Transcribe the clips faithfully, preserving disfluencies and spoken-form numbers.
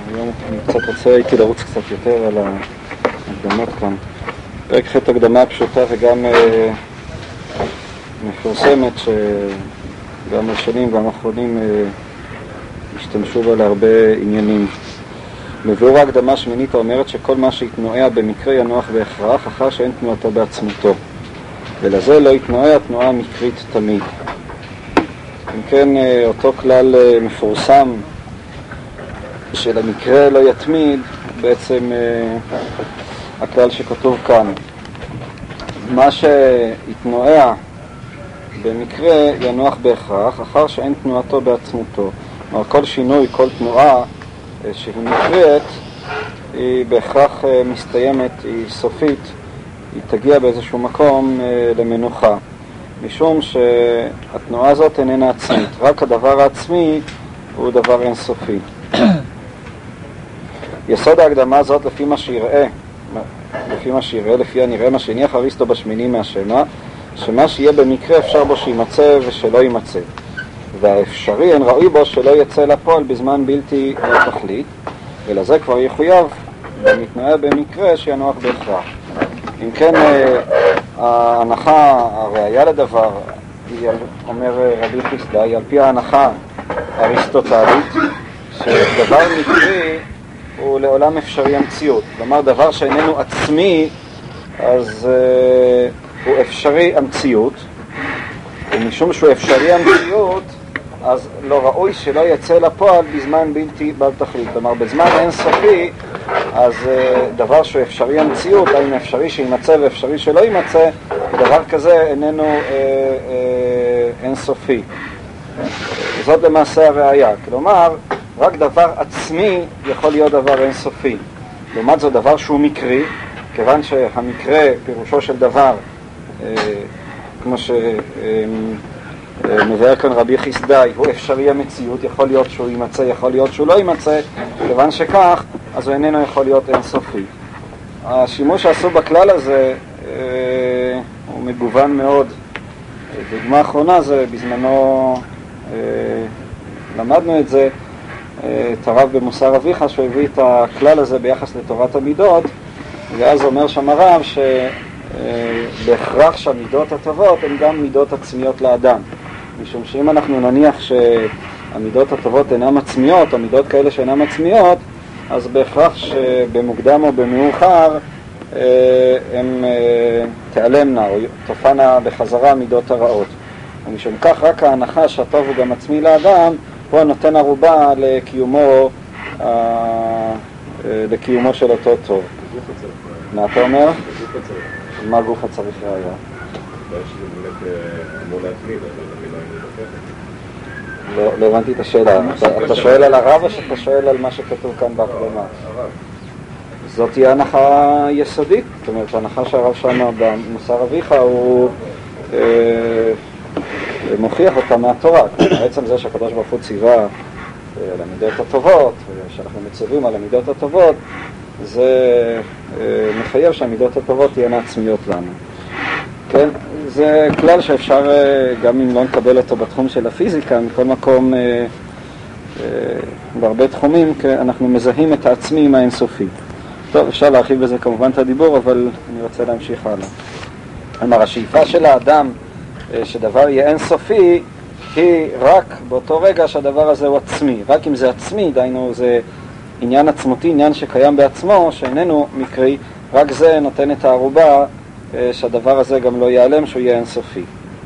היום אני קצת רוצה, הייתי לרוץ קצת יותר על ההקדמות כאן. פרק ח' הקדמה פשוטה וגם אה, מפורסמת, שגם ראשונים גם אחרונים אה, השתמשו בה להרבה עניינים. מבואר ההקדמה שמינית אומרת שכל מה שיתנועע במקרה ינוח בהכרח, אחר שאין תנועתו בעצמותו. ולזה לא יתנועע תנועה מקרית תמיד. אם כן, אותו כלל מפורסם של המקרה לא יתמיד, בעצם הכלל שכתוב כאן. מה שיתנועע במקרה ינוח בהכרח, אחר שאין תנועתו בעצמותו. כלומר, כל שינוי, כל תנועה שהיא מקרית, היא בהכרח מסתיימת, היא סופית, היא תגיע באיזשהו מקום למנוחה. משום שהתנועה הזאת איננה עצמית. רק הדבר העצמי הוא דבר אינסופי. יסוד ההקדמה הזאת לפי מה שיראה, לפי מה שיראה, לפי הנראה, מה שהניח אריסטו בשמיני מהשמע, שמה שיהיה במקרה אפשר בו שימצא ושלא יימצא. והאפשרי אין ראוי בו שלא יצא לפועל בזמן בלתי תכלית, ולזה כבר יחויב במתנועע במקרה שינוח בהכרח. אם כן, ההנחה, הראיה לדבר, היא, אומר רבי חיסדא, היא על פי ההנחה האריסטוטלית, שדבר מקרי הוא לעולם אפשרי המציאות. כלומר, דבר שאיננו עצמי, אז uh, הוא אפשרי המציאות, ומשום שהוא אפשרי המציאות, אז לא ראוי שלא יצא לפועל בזמן בלתי בל תכלית. כלומר, בזמן אינסופי, אז uh, דבר שהוא אפשרי המציאות, האם אפשרי שימצא ואפשרי שלא יימצא, דבר כזה איננו uh, uh, אינסופי. זאת למעשה הראיה. כלומר, רק דבר עצמי יכול להיות דבר אינסופי. לעומת זאת, דבר שהוא מקרי, כיוון שהמקרה, פירושו של דבר, uh, כמו ש... Uh, מבאר כאן רבי חיסדא, הוא אפשרי המציאות, יכול להיות שהוא יימצא, יכול להיות שהוא לא יימצא, כיוון שכך, אז הוא איננו יכול להיות אינסופי. השימוש שעשו בכלל הזה אה, הוא מגוון מאוד. דוגמה אחרונה זה, בזמנו אה, למדנו את זה, אה, את הרב במוסר אביך, שהוא הביא את הכלל הזה ביחס לתורת המידות, ואז אומר שם הרב שבהכרח שהמידות הטובות הן גם מידות עצמיות לאדם. משום שאם אנחנו נניח שהמידות הטובות אינן עצמיות, או מידות כאלה שאינן עצמיות, אז בהכרח שבמוקדם או במאוחר הן תיעלמנה, או תופענה בחזרה מידות הרעות. ומשום כך רק ההנחה שהטוב הוא גם עצמי לאדם, הוא נותן ערובה לקיומו, לקיומו של אותו טוב. מה אתה אומר? מה גוף הצריך ראיה? לא הבנתי את השאלה. אתה שואל על הרב או שאתה שואל על מה שכתוב כאן בהקדמה? זאת היא הנחה יסודית. זאת אומרת, ההנחה שהרב שם במוסר אביך הוא מוכיח אותה מהתורה. בעצם זה שהקדוש ברוך הוא ציווה על המידות הטובות, ושאנחנו מצווים על המידות הטובות, זה מחייב שהמידות הטובות תהיינה עצמיות לנו. כן? זה כלל שאפשר, גם אם לא נקבל אותו בתחום של הפיזיקה, מכל מקום, בהרבה תחומים, אנחנו מזהים את העצמי עם האינסופי. טוב, אפשר להרחיב בזה כמובן את הדיבור, אבל אני רוצה להמשיך הלאה. כלומר, השאיפה של האדם שדבר יהיה אינסופי, היא רק באותו רגע שהדבר הזה הוא עצמי. רק אם זה עצמי, דיינו, זה עניין עצמותי, עניין שקיים בעצמו, שאיננו מקרי, רק זה נותן את הערובה שהדבר הזה גם לא ייעלם, שהוא יהיה אינסופי.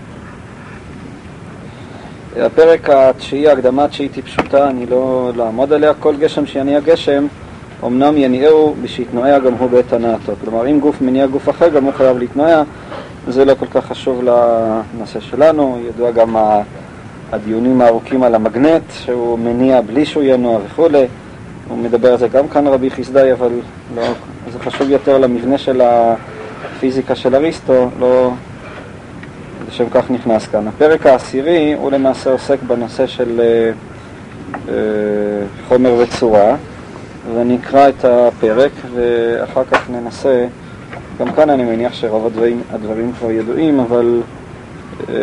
הפרק התשיעי, ההקדמה התשיעית היא פשוטה, אני לא לעמוד עליה. כל גשם שיניע גשם, אמנם יניעהו בשיתנועע גם הוא בעת הנעתו. כלומר, אם גוף מניע גוף אחר, גם הוא חייב להתנועע. זה לא כל כך חשוב לנושא שלנו. ידוע גם הדיונים הארוכים על המגנט, שהוא מניע בלי שהוא ינוע וכו'. הוא מדבר על זה גם כאן רבי חיסדא, אבל לא, זה חשוב יותר למבנה של הפיזיקה של אריסטו, לא לשם כך נכנס כאן. הפרק העשירי הוא למעשה עוסק בנושא של אה, חומר וצורה, ואני אקרא את הפרק ואחר כך ננסה, גם כאן אני מניח שרוב הדברים, הדברים כבר ידועים, אבל אה,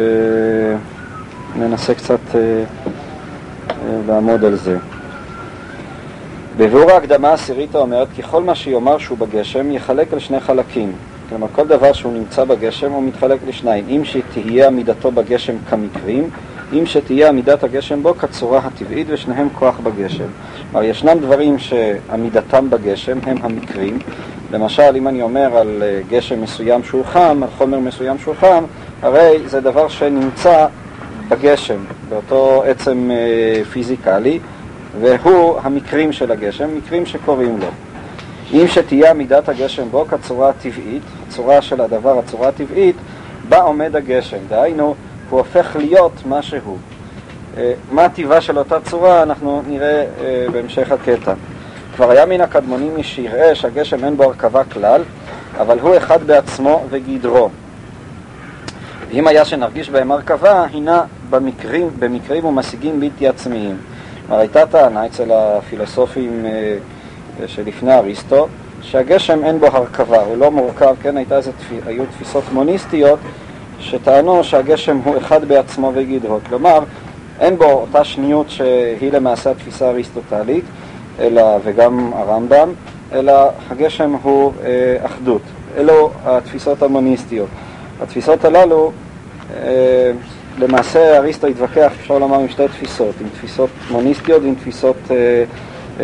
ננסה קצת אה, לעמוד על זה. בביאור ההקדמה העשירית אומרת כי כל מה שיאמר שהוא בגשם יחלק לשני חלקים. כלומר, כל דבר שהוא נמצא בגשם הוא מתחלק לשניים. אם שתהיה עמידתו בגשם כמקרים, אם שתהיה עמידת הגשם בו כצורה הטבעית, ושניהם כוח בגשם. כלומר, ישנם דברים שעמידתם בגשם הם המקרים. למשל, אם אני אומר על גשם מסוים שהוא חם, על חומר מסוים שהוא חם, הרי זה דבר שנמצא בגשם, באותו עצם פיזיקלי, והוא המקרים של הגשם, מקרים שקוראים לו. אם שתהיה עמידת הגשם בו כצורה הטבעית, הצורה של הדבר, הצורה הטבעית, בה עומד הגשם. דהיינו, הוא הופך להיות מה שהוא. מה הטבעה של אותה צורה אנחנו נראה בהמשך הקטע. כבר היה מן הקדמונים מי שיראה שהגשם אין בו הרכבה כלל, אבל הוא אחד בעצמו וגדרו. אם היה שנרגיש בהם הרכבה, הינה במקרים, במקרים ומשיגים בלתי עצמיים. כלומר, הייתה טענה אצל הפילוסופים שלפני אריסטו, שהגשם אין בו הרכבה, הוא לא מורכב, כן, הייתה איזה, היו תפיסות מוניסטיות שטענו שהגשם הוא אחד בעצמו וגדרו. כלומר, אין בו אותה שניות שהיא למעשה התפיסה האריסטוטלית, אלא, וגם הרמב"ם, אלא הגשם הוא אה, אחדות. אלו התפיסות המוניסטיות. התפיסות הללו, אה, למעשה אריסטו התווכח, אפשר לומר, עם שתי תפיסות, עם תפיסות מוניסטיות ועם תפיסות אה, אה,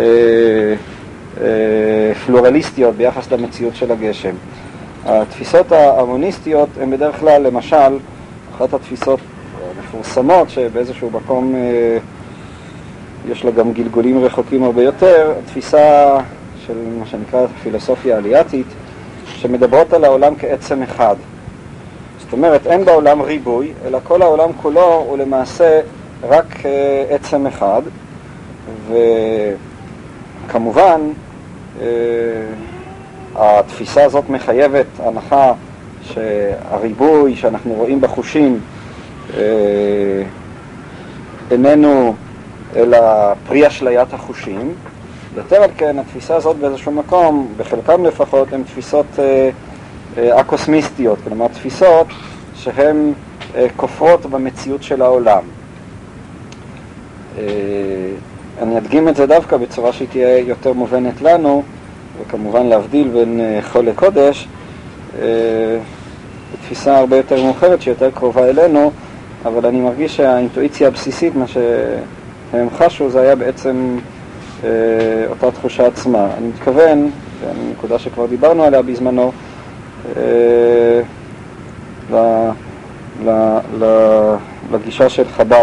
אה, פלורליסטיות ביחס למציאות של הגשם. התפיסות המוניסטיות הן בדרך כלל, למשל, אחת התפיסות המפורסמות שבאיזשהו מקום אה, יש לה גם גלגולים רחוקים הרבה יותר, התפיסה של מה שנקרא פילוסופיה עלייתית, שמדברות על העולם כעצם אחד. זאת אומרת, אין בעולם ריבוי, אלא כל העולם כולו הוא למעשה רק אה, עצם אחד, וכמובן אה, התפיסה הזאת מחייבת הנחה שהריבוי שאנחנו רואים בחושים אה, איננו אלא פרי אשליית החושים. יותר על כן, התפיסה הזאת באיזשהו מקום, בחלקם לפחות, הן תפיסות אה, אה, אקוסמיסטיות, כלומר תפיסות שהן אה, כופרות במציאות של העולם. אה, אני אדגים את זה דווקא בצורה שהיא תהיה יותר מובנת לנו, וכמובן להבדיל בין אה, חול לקודש, אה, תפיסה הרבה יותר מאוחרת שיותר קרובה אלינו, אבל אני מרגיש שהאינטואיציה הבסיסית, מה שהם חשו, זה היה בעצם אה, אותה תחושה עצמה. אני מתכוון, נקודה שכבר דיברנו עליה בזמנו, אה, ל, ל, ל, לגישה של חב"ד.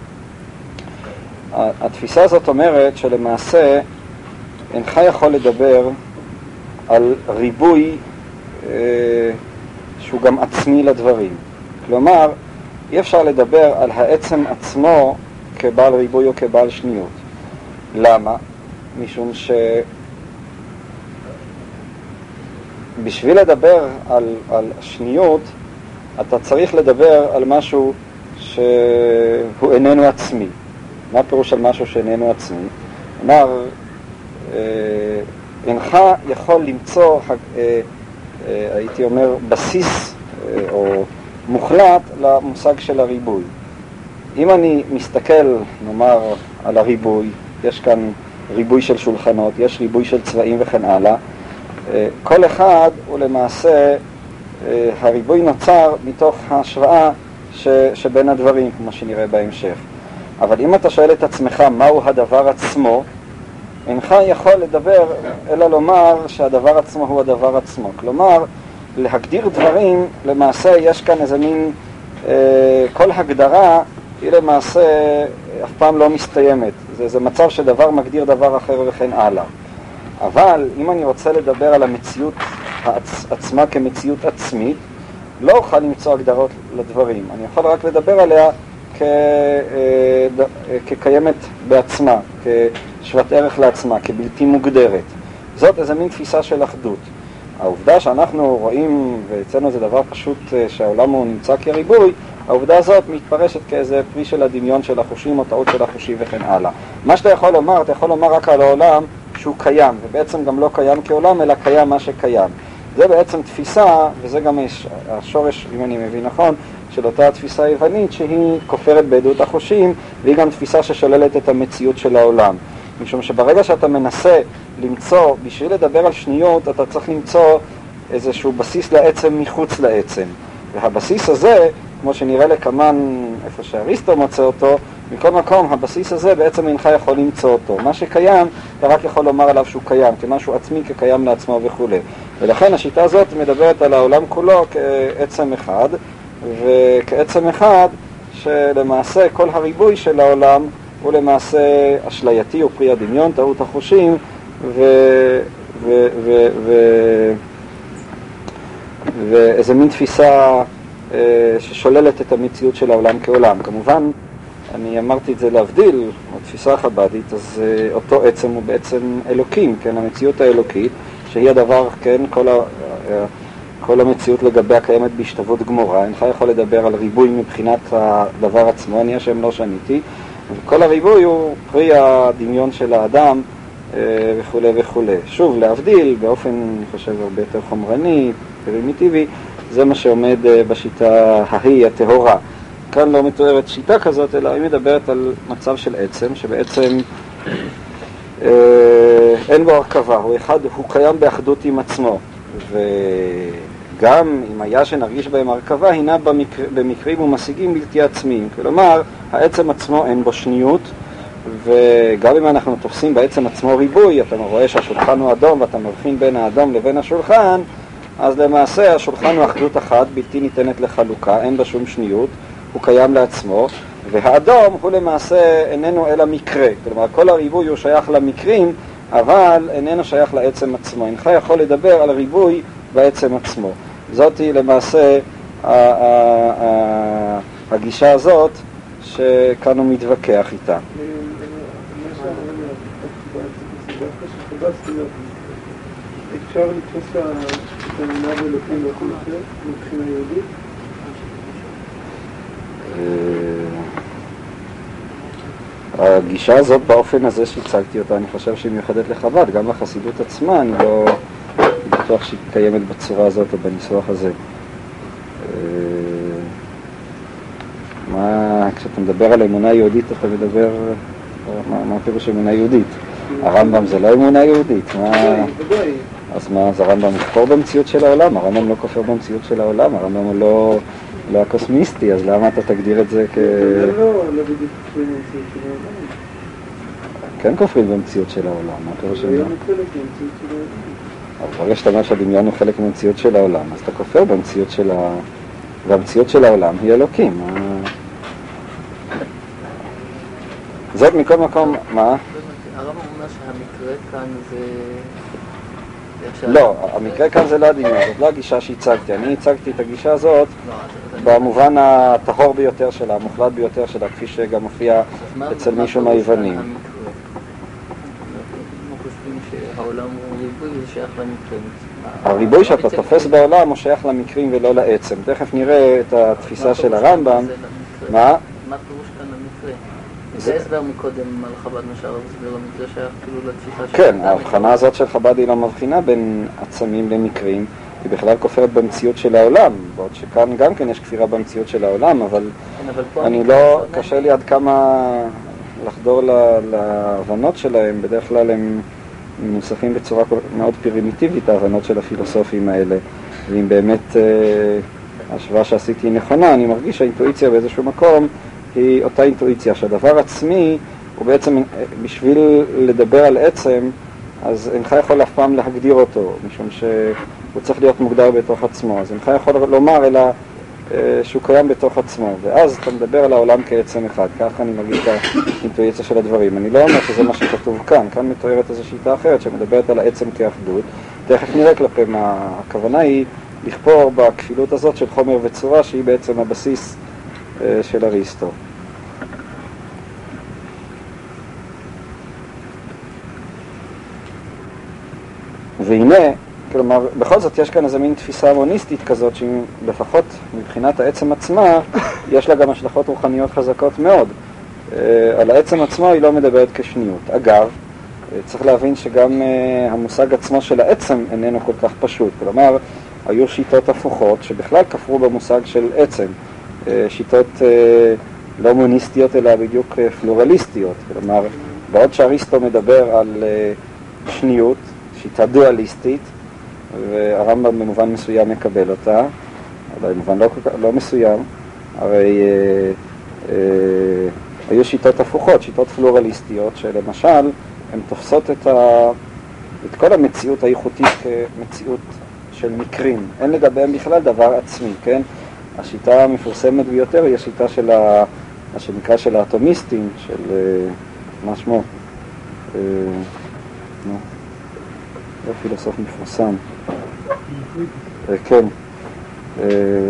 התפיסה הזאת אומרת שלמעשה אינך יכול לדבר על ריבוי אה, שהוא גם עצמי לדברים. כלומר, אי אפשר לדבר על העצם עצמו כבעל ריבוי או כבעל שניות. למה? משום שבשביל לדבר על, על שניות, אתה צריך לדבר על משהו שהוא איננו עצמי. מה פירוש על משהו שאיננו עצמי? כלומר, אה, אינך יכול למצוא, אה, אה, הייתי אומר, בסיס אה, או מוחלט למושג של הריבוי. אם אני מסתכל, נאמר, על הריבוי, יש כאן ריבוי של שולחנות, יש ריבוי של צבעים וכן הלאה, כל אחד הוא למעשה, הריבוי נוצר מתוך ההשוואה ש, שבין הדברים, כמו שנראה בהמשך. אבל אם אתה שואל את עצמך מהו הדבר עצמו, אינך יכול לדבר אלא לומר שהדבר עצמו הוא הדבר עצמו. כלומר, להגדיר דברים, למעשה יש כאן איזה מין, אה, כל הגדרה היא למעשה אף פעם לא מסתיימת. זה, זה מצב שדבר מגדיר דבר אחר וכן הלאה. אבל אם אני רוצה לדבר על המציאות העצ, עצמה כמציאות עצמית, לא אוכל למצוא הגדרות לדברים. אני יכול רק לדבר עליה כ, אה, ד, אה, כקיימת בעצמה, כשוות ערך לעצמה, כבלתי מוגדרת. זאת איזה מין תפיסה של אחדות. העובדה שאנחנו רואים, ואצלנו זה דבר פשוט שהעולם הוא נמצא כריבוי, העובדה הזאת מתפרשת כאיזה פרי של הדמיון של החושים או טעות של החושים וכן הלאה. מה שאתה יכול לומר, אתה יכול לומר רק על העולם שהוא קיים, ובעצם גם לא קיים כעולם, אלא קיים מה שקיים. זה בעצם תפיסה, וזה גם השורש, אם אני מבין נכון, של אותה תפיסה היוונית, שהיא כופרת בעדות החושים, והיא גם תפיסה ששוללת את המציאות של העולם. משום שברגע שאתה מנסה למצוא, בשביל לדבר על שניות, אתה צריך למצוא איזשהו בסיס לעצם מחוץ לעצם. והבסיס הזה, כמו שנראה לכמן איפה שאריסטו מוצא אותו, מכל מקום הבסיס הזה בעצם אינך יכול למצוא אותו. מה שקיים, אתה רק יכול לומר עליו שהוא קיים, כמשהו עצמי כקיים לעצמו וכו'. ולכן השיטה הזאת מדברת על העולם כולו כעצם אחד, וכעצם אחד שלמעשה כל הריבוי של העולם הוא למעשה אשלייתי או פרי הדמיון, טעות החושים, ו... ו... ו... ו... ואיזה מין תפיסה אה, ששוללת את המציאות של העולם כעולם. כמובן, אני אמרתי את זה להבדיל, התפיסה החבדית, אז אה, אותו עצם הוא בעצם אלוקים, כן, המציאות האלוקית, שהיא הדבר, כן, כל, ה, אה, כל המציאות לגביה קיימת בהשתוות גמורה. אינך יכול לדבר על ריבוי מבחינת הדבר עצמו, אני השם לא שניתי, וכל הריבוי הוא פרי הדמיון של האדם, וכו' וכו'. שוב, להבדיל באופן, אני חושב, הרבה יותר חומרני, פרימיטיבי, זה מה שעומד בשיטה ההיא, הטהורה. כאן לא מתוארת שיטה כזאת, אלא היא מדברת על מצב של עצם, שבעצם אה, אין בו הרכבה, הוא אחד, הוא קיים באחדות עם עצמו. וגם אם היה שנרגיש בהם הרכבה, הינה במקר, במקרים ומשיגים בלתי עצמיים. כלומר, העצם עצמו אין בו שניות, וגם אם אנחנו תופסים בעצם עצמו ריבוי, אתה רואה שהשולחן הוא אדום ואתה מבחין בין האדום לבין השולחן, אז למעשה השולחן הוא אחדות אחת, בלתי ניתנת לחלוקה, אין בה שום שניות, הוא קיים לעצמו, והאדום הוא למעשה איננו אלא מקרה, כלומר כל הריבוי הוא שייך למקרים, אבל איננו שייך לעצם עצמו. אינך יכול לדבר על ריבוי בעצם עצמו. זאת היא למעשה הגישה הזאת שכאן הוא מתווכח איתה. אפשר לתפוס את האמונה באלוקים והכל אחר מבחינה יהודית? הגישה הזאת באופן הזה שהצגתי אותה, אני חושב שהיא מיוחדת לחב"ד, גם לחסידות עצמה, אני לא בטוח שהיא קיימת בצורה הזאת או בניסוח הזה. מה, כשאתה מדבר על אמונה יהודית, אתה מדבר, מה, מה פירוש אמונה יהודית? הרמב"ם זה לא אמונה יהודית, מה... אז מה, אז הרמב"ם כופר במציאות של העולם? הרמב"ם לא כופר במציאות של העולם, הרמב"ם הוא לא, לא הקוסמיסטי, אז למה אתה תגדיר את זה כ... זה לא, לא בדיוק כופרים במציאות של העולם. כן כופרים במציאות של העולם, מה פירוש של העולם? חלק במציאות של העולם. אבל ברגע שאתה אומר שהדמיון הוא חלק במציאות של העולם, אז אתה כופר במציאות של ה... והמציאות של העולם היא אלוקים. זאת מכל מקום, מה? הרמב"ם אומר שהמקרה כאן זה... לא, המקרה כאן זה לא הדמיון, זאת לא הגישה שהצגתי. אני הצגתי את הגישה הזאת במובן הטהור ביותר שלה, המוחלט ביותר שלה, כפי שגם מופיע אצל מישהו מהיוונים. אנחנו חושבים שהעולם הוא ריבוי, זה שייך למקרים. הריבוי שאתה תופס בעולם הוא שייך למקרים ולא לעצם. תכף נראה את התפיסה של הרמב"ם. מה? מה פירוש כאן למקרה? זה הסבר מקודם על חב"ד משאר הסבר למקרה שייך כאילו לתפיסה של... כן, ההבחנה הזאת של חב"ד היא לא מבחינה בין עצמים למקרים, היא בכלל כופרת במציאות של העולם, בעוד שכאן גם כן יש כפירה במציאות של העולם, אבל אני לא, קשה לי עד כמה לחדור להבנות שלהם, בדרך כלל הם מנוסחים בצורה מאוד פרימיטיבית, ההבנות של הפילוסופים האלה, ואם באמת ההשוואה שעשיתי היא נכונה, אני מרגיש שהאינטואיציה באיזשהו מקום היא אותה אינטואיציה, שהדבר עצמי הוא בעצם, בשביל לדבר על עצם, אז אינך יכול אף פעם להגדיר אותו, משום שהוא צריך להיות מוגדר בתוך עצמו, אז אינך יכול לומר אלא שהוא קיים בתוך עצמו, ואז אתה מדבר על העולם כעצם אחד, ככה אני מרגיש את האינטואיציה של הדברים. אני לא אומר שזה מה שכתוב כאן, כאן מתוארת איזו שיטה אחרת שמדברת על העצם כאחדות, תכף נראה כלפי מה, הכוונה היא לכפור בכפילות הזאת של חומר וצורה, שהיא בעצם הבסיס של אריסטו. והנה, כלומר, בכל זאת יש כאן איזו מין תפיסה מוניסטית כזאת, שלפחות מבחינת העצם עצמה, יש לה גם השלכות רוחניות חזקות מאוד. על העצם עצמו היא לא מדברת כשניות. אגב, צריך להבין שגם המושג עצמו של העצם איננו כל כך פשוט. כלומר, היו שיטות הפוכות שבכלל כפרו במושג של עצם. שיטות לא מוניסטיות אלא בדיוק פלורליסטיות. כלומר, בעוד שאריסטו מדבר על uh, שניות, שיטה דואליסטית, והרמב"ם במובן מסוים מקבל אותה, אבל במובן לא, לא מסוים, הרי uh, uh, היו שיטות הפוכות, שיטות פלורליסטיות, שלמשל הן תופסות את, ה, את כל המציאות האיכותית כמציאות של מקרים. אין לגביהם בכלל דבר עצמי, כן? השיטה המפורסמת ביותר היא השיטה של ה, מה שנקרא של האטומיסטים, של מה שמו? אה, נו, זה פילוסוף מפורסם. אה, כן. אה,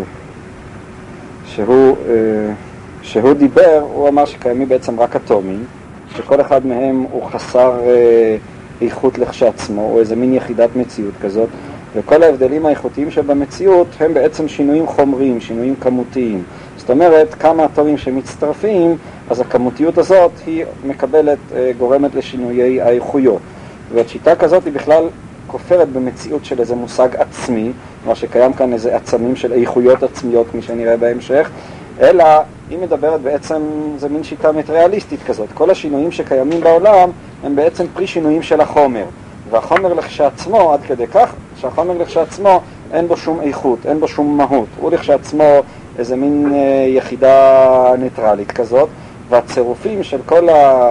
שהוא, אה, שהוא דיבר, הוא אמר שקיימים בעצם רק אטומים, שכל אחד מהם הוא חסר אה, איכות לכשעצמו, או איזה מין יחידת מציאות כזאת, וכל ההבדלים האיכותיים שבמציאות הם בעצם שינויים חומריים, שינויים כמותיים. זאת אומרת, כמה אטומים שמצטרפים, אז הכמותיות הזאת היא מקבלת, גורמת לשינויי האיכויות. והשיטה כזאת היא בכלל כופרת במציאות של איזה מושג עצמי, כמו שקיים כאן איזה עצמים של איכויות עצמיות, כפי שנראה בהמשך, אלא היא מדברת בעצם, זה מין שיטה מטריאליסטית כזאת. כל השינויים שקיימים בעולם הם בעצם פרי שינויים של החומר. והחומר לכשעצמו, עד כדי כך, שהחומר לכשעצמו אין בו שום איכות, אין בו שום מהות. הוא לכשעצמו איזה מין יחידה ניטרלית כזאת, והצירופים של כל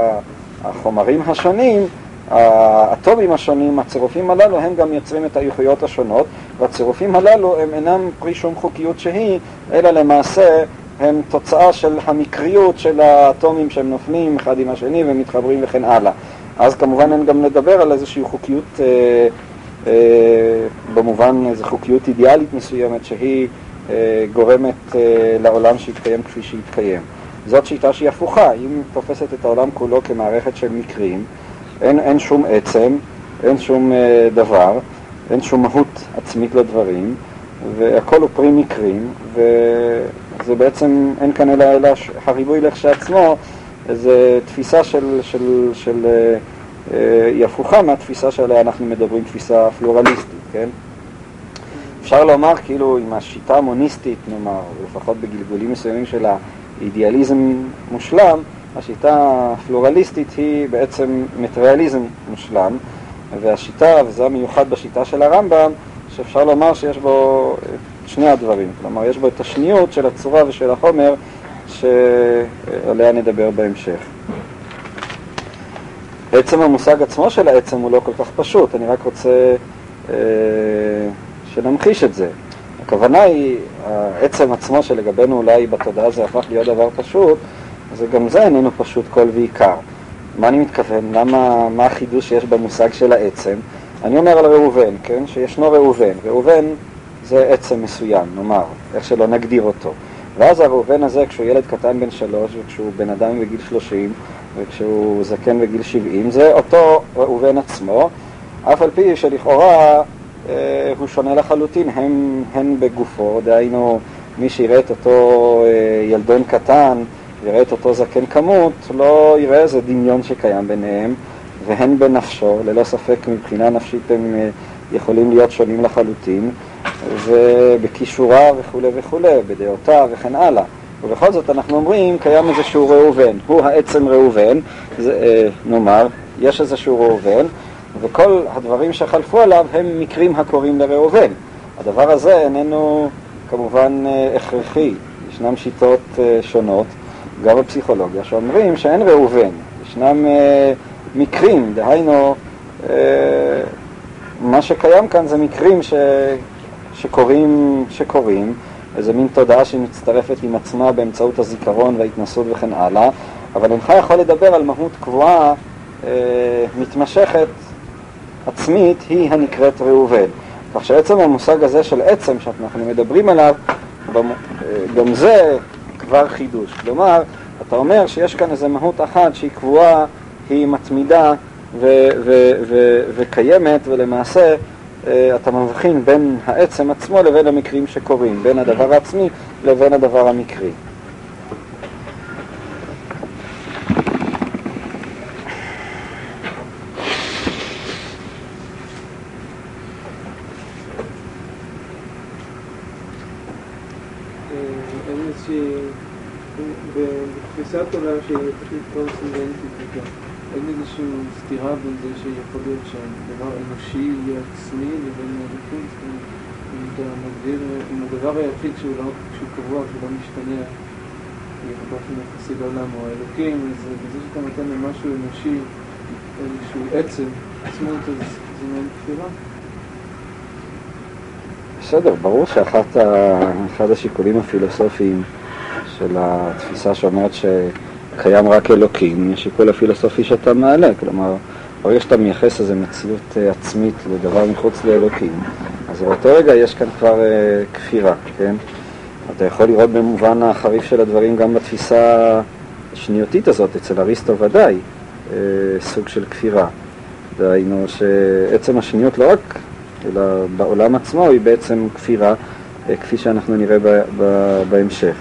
החומרים השונים, האטומים השונים, הצירופים הללו הם גם יוצרים את האיכויות השונות, והצירופים הללו הם אינם פרי שום חוקיות שהיא, אלא למעשה הם תוצאה של המקריות של האטומים שהם נופלים אחד עם השני ומתחברים וכן הלאה. אז כמובן אין גם לדבר על איזושהי חוקיות, אה, אה, במובן איזו חוקיות אידיאלית מסוימת שהיא אה, גורמת אה, לעולם שיתקיים כפי שיתקיים. זאת שיטה שהיא הפוכה, היא תופסת את העולם כולו כמערכת של מקרים, אין, אין שום עצם, אין שום אה, דבר, אין שום מהות עצמית לדברים, והכל הוא פרי מקרים, וזה בעצם אין כאן אלא, אלא הריבוי לכשעצמו, איזו תפיסה של, של, של, אה, היא הפוכה מהתפיסה שעליה אנחנו מדברים, תפיסה פלורליסטית, כן? אפשר לומר כאילו עם השיטה המוניסטית, נאמר, לפחות בגלגולים מסוימים של האידיאליזם מושלם, השיטה הפלורליסטית היא בעצם מטריאליזם מושלם, והשיטה, וזה המיוחד בשיטה של הרמב"ם, שאפשר לומר שיש בו שני הדברים, כלומר יש בו את השניות של הצורה ושל החומר שעליה נדבר בהמשך. עצם המושג עצמו של העצם הוא לא כל כך פשוט, אני רק רוצה אה, שנמחיש את זה. הכוונה היא, העצם עצמו שלגבינו אולי בתודעה זה הפך להיות דבר פשוט, אז גם זה איננו פשוט כל ועיקר. מה אני מתכוון? למה, מה החידוש שיש במושג של העצם? אני אומר על ראובן, כן? שישנו ראובן. ראובן זה עצם מסוים, נאמר, איך שלא נגדיר אותו. ואז הראובן הזה, כשהוא ילד קטן בן שלוש, וכשהוא בן אדם בגיל שלושים, וכשהוא זקן בגיל שבעים, זה אותו ראובן עצמו, אף על פי שלכאורה אה, הוא שונה לחלוטין, הם, הן בגופו, דהיינו מי שיראה את אותו אה, ילדון קטן, יראה את אותו זקן כמות, לא יראה איזה דמיון שקיים ביניהם, והן בנפשו, ללא ספק מבחינה נפשית הם אה, יכולים להיות שונים לחלוטין, ובכישורה וכו' וכו', בדעותיו וכן הלאה. ובכל זאת אנחנו אומרים, קיים איזשהו ראובן, הוא העצם ראובן, זה, אה, נאמר, יש איזשהו ראובן, וכל הדברים שחלפו עליו הם מקרים הקוראים לראובן. הדבר הזה איננו כמובן אה, הכרחי, ישנם שיטות אה, שונות, גם בפסיכולוגיה, שאומרים שאין ראובן, ישנם אה, מקרים, דהיינו, אה, מה שקיים כאן זה מקרים ש... שקוראים, שקוראים, איזה מין תודעה שמצטרפת עם עצמה באמצעות הזיכרון וההתנסות וכן הלאה, אבל אינך יכול לדבר על מהות קבועה אה, מתמשכת עצמית, היא הנקראת ראובן. כך שעצם המושג הזה של עצם שאנחנו מדברים עליו, גם זה כבר חידוש. כלומר, אתה אומר שיש כאן איזו מהות אחת שהיא קבועה, היא מתמידה ו- ו- ו- וקיימת, ולמעשה אתה מבחין בין העצם עצמו לבין המקרים שקורים, בין הדבר העצמי לבין הדבר המקרי. אין איזושהי, בתפיסת עולם שהיא פשוט טרנסצנדנטית, אין איזושהי סתירה בין זה שיכול להיות שהדבר אנושי יהיה עצמי לבין אלוקים, אם אתה מגדיר, אם הדבר היחיד שהוא, לא, שהוא קבוע, שהוא לא משתנה, יהיה באופן יחסי לעולם או האלוקים, אז בזה שאתה נותן למשהו אנושי, איזשהו עצם, עצמות, אז זה מאוד כפירה. בסדר, ברור שאחד השיקולים הפילוסופיים של התפיסה שאומרת שקיים רק אלוקים, השיקול הפילוסופי שאתה מעלה, כלומר, ברגע שאתה מייחס איזו מציאות עצמית לדבר מחוץ לאלוקים, אז באותו רגע יש כאן כבר uh, כפירה, כן? אתה יכול לראות במובן החריף של הדברים גם בתפיסה השניותית הזאת, אצל אריסטו ודאי, uh, סוג של כפירה. דהיינו שעצם השניות לא רק, אלא בעולם עצמו היא בעצם כפירה, uh, כפי שאנחנו נראה ב- ב- בהמשך.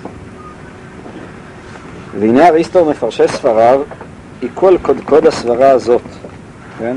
והנה אריסטו מפרשי ספריו, היא כל קודקוד הסברה הזאת, כן?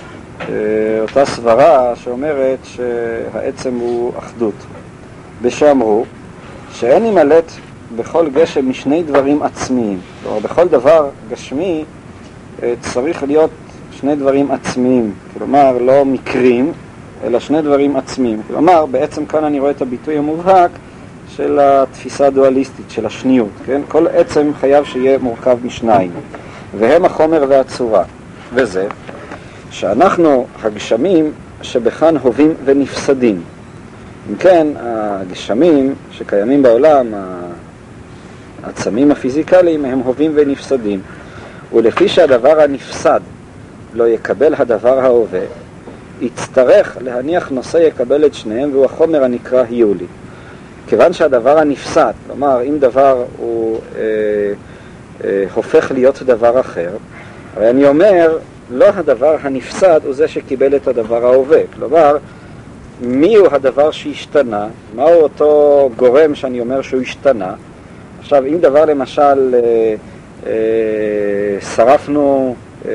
אותה סברה שאומרת שהעצם הוא אחדות. בשאמרו שאין נמלט בכל גשם משני דברים עצמיים. כלומר, בכל דבר גשמי צריך להיות שני דברים עצמיים. כלומר, לא מקרים, אלא שני דברים עצמיים. כלומר, בעצם כאן אני רואה את הביטוי המובהק של התפיסה הדואליסטית, של השניות. כן? כל עצם חייב שיהיה מורכב משניים. והם החומר והצורה. וזה שאנחנו הגשמים שבכאן הווים ונפסדים. אם כן, הגשמים שקיימים בעולם, העצמים הפיזיקליים, הם הווים ונפסדים. ולפי שהדבר הנפסד לא יקבל הדבר ההווה, יצטרך להניח נושא יקבל את שניהם, והוא החומר הנקרא היולי. כיוון שהדבר הנפסד, כלומר, אם דבר הוא אה, אה, הופך להיות דבר אחר, הרי אני אומר, לא הדבר הנפסד הוא זה שקיבל את הדבר ההווה. כלומר, מי הוא הדבר שהשתנה? מהו אותו גורם שאני אומר שהוא השתנה? עכשיו, אם דבר למשל, אה, אה, שרפנו אה,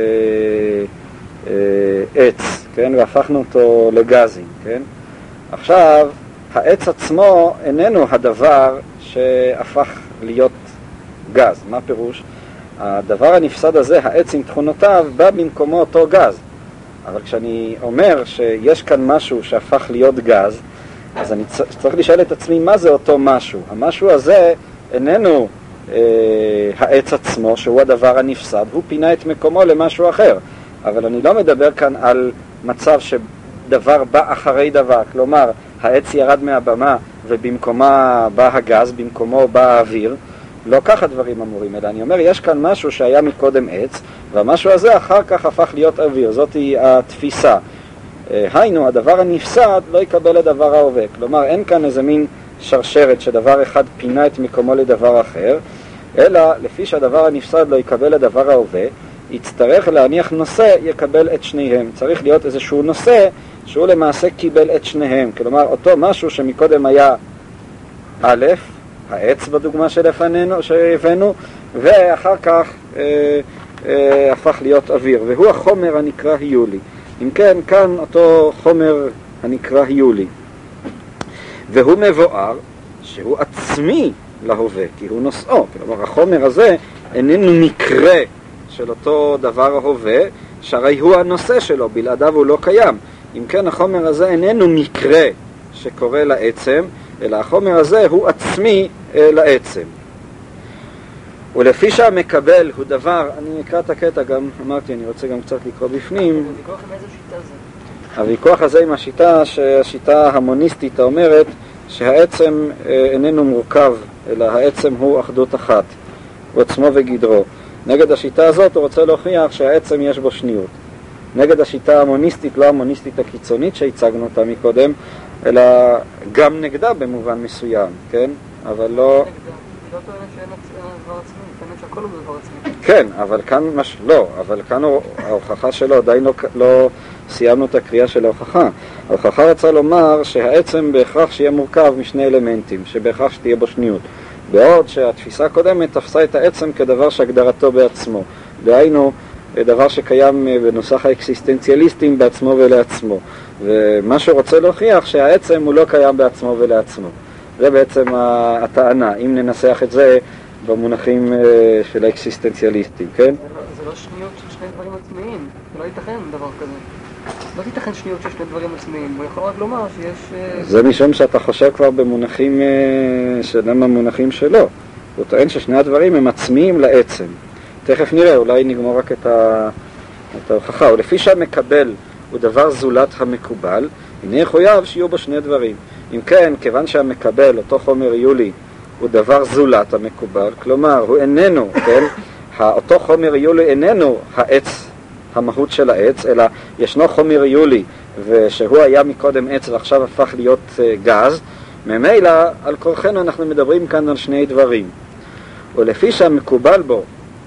אה, עץ, כן? והפכנו אותו לגזים, כן? עכשיו, העץ עצמו איננו הדבר שהפך להיות גז. מה פירוש? הדבר הנפסד הזה, העץ עם תכונותיו, בא במקומו אותו גז. אבל כשאני אומר שיש כאן משהו שהפך להיות גז, אז אני צריך לשאול את עצמי מה זה אותו משהו. המשהו הזה איננו אה, העץ עצמו, שהוא הדבר הנפסד, הוא פינה את מקומו למשהו אחר. אבל אני לא מדבר כאן על מצב שדבר בא אחרי דבר. כלומר, העץ ירד מהבמה ובמקומה בא הגז, במקומו בא האוויר. לא כך הדברים אמורים, אלא אני אומר, יש כאן משהו שהיה מקודם עץ, והמשהו הזה אחר כך הפך להיות אוויר. זאת היא התפיסה. היינו, הדבר הנפסד לא יקבל לדבר ההווה. כלומר, אין כאן איזה מין שרשרת שדבר אחד פינה את מקומו לדבר אחר, אלא לפי שהדבר הנפסד לא יקבל לדבר ההווה, יצטרך להניח נושא יקבל את שניהם. צריך להיות איזשהו נושא שהוא למעשה קיבל את שניהם. כלומר, אותו משהו שמקודם היה א', העץ בדוגמה שלפנינו, שהבאנו, ואחר כך אה, אה, הפך להיות אוויר, והוא החומר הנקרא היולי. אם כן, כאן אותו חומר הנקרא היולי. והוא מבואר שהוא עצמי להווה, כי הוא נושאו. כלומר, החומר הזה איננו מקרה של אותו דבר ההווה, שהרי הוא הנושא שלו, בלעדיו הוא לא קיים. אם כן, החומר הזה איננו מקרה שקורה לעצם, אלא החומר הזה הוא עצמי אה, לעצם. ולפי שהמקבל הוא דבר, אני אקרא את הקטע גם, אמרתי, אני רוצה גם קצת לקרוא בפנים. הוויכוח עם איזו שיטה זה? הוויכוח הזה עם השיטה, שהשיטה המוניסטית אומרת שהעצם אה, איננו מורכב, אלא העצם הוא אחדות אחת, הוא עצמו וגדרו. נגד השיטה הזאת הוא רוצה להוכיח שהעצם יש בו שניות. נגד השיטה המוניסטית, לא המוניסטית הקיצונית שהצגנו אותה מקודם, אלא גם נגדה במובן מסוים, כן? אבל לא... היא לא טוענת שאין דבר עצמי, היא טוענת שהכל הוא דבר עצמי. כן, אבל כאן מש... לא, אבל כאן ההוכחה שלו, עדיין לא, לא סיימנו את הקריאה של ההוכחה. ההוכחה רצה לומר שהעצם בהכרח שיהיה מורכב משני אלמנטים, שבהכרח שתהיה בו שניות. בעוד שהתפיסה הקודמת תפסה את העצם כדבר שהגדרתו בעצמו. דהיינו, דבר שקיים בנוסח האקסיסטנציאליסטים בעצמו ולעצמו. ומה שרוצה להוכיח שהעצם הוא לא קיים בעצמו ולעצמו. זה בעצם הטענה, אם ננסח את זה במונחים של האקסיסטנציאליסטים, כן? זה זה לא שניות של שני דברים עצמיים, זה לא ייתכן דבר כזה. לא תיתכן שניות של שני דברים עצמיים, הוא יכול רק לומר שיש... זה משום שאתה חושב כבר במונחים שאינם המונחים שלו. הוא טוען ששני הדברים הם עצמיים לעצם. תכף נראה, אולי נגמור רק את, ה... את ההוכחה. ולפי שהמקבל הוא דבר זולת המקובל, הנה יחויב שיהיו בו שני דברים. אם כן, כיוון שהמקבל, אותו חומר יולי, הוא דבר זולת המקובל, כלומר, הוא איננו, כן? אותו חומר יולי איננו העץ, המהות של העץ, אלא ישנו חומר יולי, ושהוא היה מקודם עץ ועכשיו הפך להיות uh, גז, ממילא על כורחנו אנחנו מדברים כאן על שני דברים. ולפי שהמקובל בו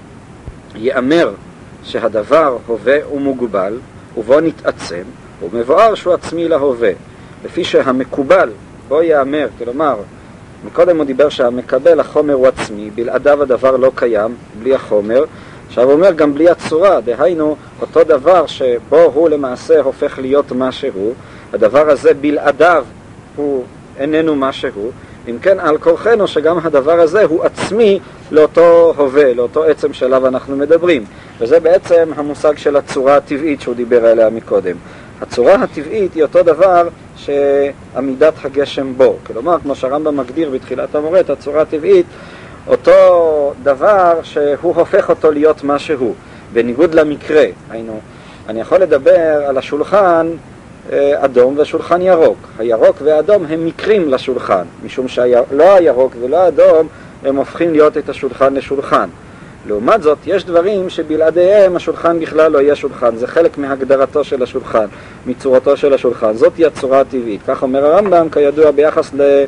יאמר שהדבר הווה ומוגבל, ובו נתעצם, הוא מבואר שהוא עצמי להווה. לפי שהמקובל בו יאמר, כלומר, מקודם הוא דיבר שהמקבל החומר הוא עצמי, בלעדיו הדבר לא קיים, בלי החומר. עכשיו הוא אומר גם בלי הצורה, דהיינו אותו דבר שבו הוא למעשה הופך להיות מה שהוא, הדבר הזה בלעדיו הוא איננו מה שהוא, אם כן על כורחנו שגם הדבר הזה הוא עצמי לאותו הווה, לאותו עצם שלו אנחנו מדברים. וזה בעצם המושג של הצורה הטבעית שהוא דיבר עליה מקודם. הצורה הטבעית היא אותו דבר שעמידת הגשם בו. כלומר, כמו שהרמב"ם מגדיר בתחילת המורה, את הצורה הטבעית, אותו דבר שהוא הופך אותו להיות מה שהוא. בניגוד למקרה, היינו, אני יכול לדבר על השולחן אדום ושולחן ירוק. הירוק והאדום הם מקרים לשולחן, משום שלא הירוק ולא האדום הם הופכים להיות את השולחן לשולחן. לעומת זאת, יש דברים שבלעדיהם השולחן בכלל לא יהיה שולחן. זה חלק מהגדרתו של השולחן, מצורתו של השולחן. זאת היא הצורה הטבעית. כך אומר הרמב"ם, כידוע, ביחס ל...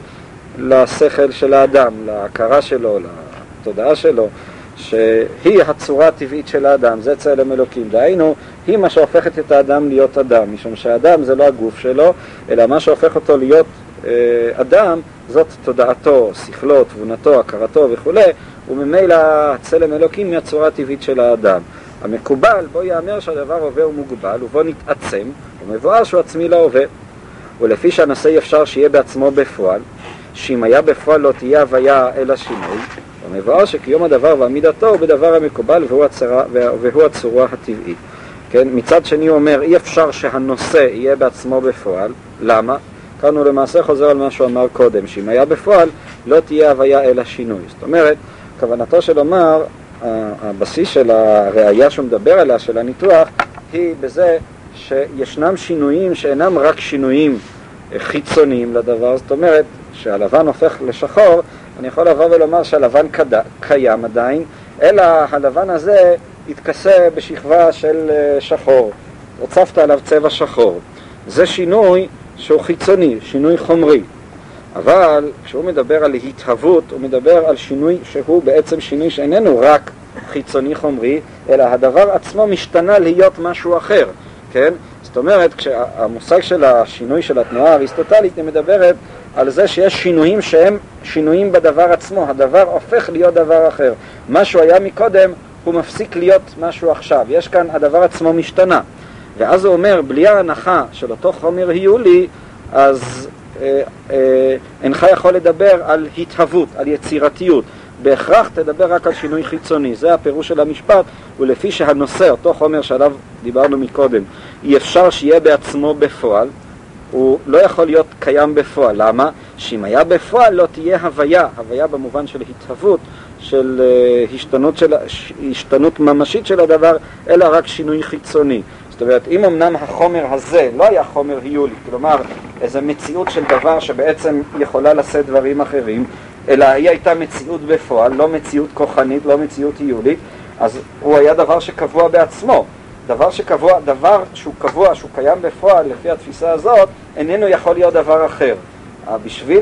לשכל של האדם, להכרה שלו, לתודעה שלו, שהיא הצורה הטבעית של האדם, זה צלם אלוקים. דהיינו, היא מה שהופכת את האדם להיות אדם, משום שהאדם זה לא הגוף שלו, אלא מה שהופך אותו להיות אה, אדם, זאת תודעתו, שכלו, תבונתו, הכרתו וכו', וממילא צלם אלוקים היא הצורה הטבעית של האדם. המקובל בו יאמר שהדבר הווה ומוגבל, ובו נתעצם, ומבואר שהוא עצמי להווה. ולפי שהנושא אפשר שיהיה בעצמו בפועל, שאם היה בפועל לא תהיה הוויה אלא שינוי, ומבואר שקיום הדבר ועמידתו הוא בדבר המקובל והוא, הצרה, והוא הצורה הטבעית. כן? מצד שני הוא אומר, אי אפשר שהנושא יהיה בעצמו בפועל. למה? כאן הוא למעשה חוזר על מה שהוא אמר קודם, שאם היה בפועל לא תהיה הוויה אלא שינוי. זאת אומרת, כוונתו של אומר, הבסיס של הראייה שהוא מדבר עליה, של הניתוח, היא בזה שישנם שינויים שאינם רק שינויים חיצוניים לדבר. זאת אומרת, שהלבן הופך לשחור, אני יכול לבוא ולומר שהלבן קד... קיים עדיין, אלא הלבן הזה יתכסה בשכבה של שחור, רצפת עליו צבע שחור. זה שינוי שהוא חיצוני, שינוי חומרי. אבל כשהוא מדבר על התהוות, הוא מדבר על שינוי שהוא בעצם שינוי שאיננו רק חיצוני חומרי, אלא הדבר עצמו משתנה להיות משהו אחר, כן? זאת אומרת, כשהמושג של השינוי של התנועה האריסטוטלית היא מדברת על זה שיש שינויים שהם שינויים בדבר עצמו, הדבר הופך להיות דבר אחר. משהו היה מקודם, הוא מפסיק להיות משהו עכשיו. יש כאן, הדבר עצמו משתנה. ואז הוא אומר, בלי ההנחה של אותו חומר היולי, אז אה, אה, אינך יכול לדבר על התהוות, על יצירתיות. בהכרח תדבר רק על שינוי חיצוני. זה הפירוש של המשפט, ולפי שהנושא, אותו חומר שעליו דיברנו מקודם, אי אפשר שיהיה בעצמו בפועל, הוא לא יכול להיות קיים בפועל. למה? שאם היה בפועל לא תהיה הוויה, הוויה במובן של התהוות, של uh, השתנות, של, השתנות ממשית של הדבר, אלא רק שינוי חיצוני. זאת אומרת, אם אמנם החומר הזה לא היה חומר היולי, כלומר איזו מציאות של דבר שבעצם יכולה לשאת דברים אחרים, אלא היא הייתה מציאות בפועל, לא מציאות כוחנית, לא מציאות היולית, אז הוא היה דבר שקבוע בעצמו. דבר שקבוע, דבר שהוא קבוע, שהוא קיים בפועל, לפי התפיסה הזאת, איננו יכול להיות דבר אחר. בשביל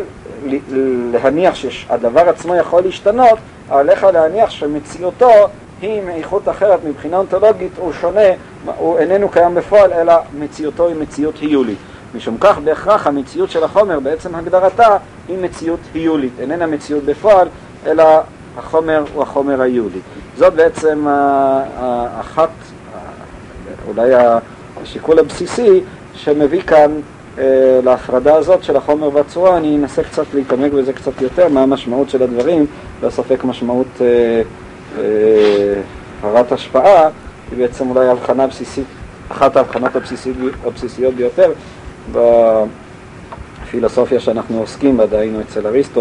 להניח שהדבר עצמו יכול להשתנות, עליך להניח שמציאותו היא מאיכות אחרת מבחינה אונתולוגית, הוא שונה, הוא איננו קיים בפועל, אלא מציאותו היא מציאות היולית. משום כך בהכרח המציאות של החומר בעצם הגדרתה היא מציאות היולית, איננה מציאות בפועל, אלא החומר הוא החומר היולי. זאת בעצם אחת, אולי השיקול הבסיסי שמביא כאן אה, להפרדה הזאת של החומר והצורה. אני אנסה קצת להתעמק בזה קצת יותר, מה המשמעות של הדברים, והספק משמעות אה, אה, הרת השפעה היא בעצם אולי הבחנה בסיסית, אחת ההבחנות הבסיסיות, הבסיסיות ביותר בפילוסופיה שאנחנו עוסקים בה, דהיינו אצל אריסטו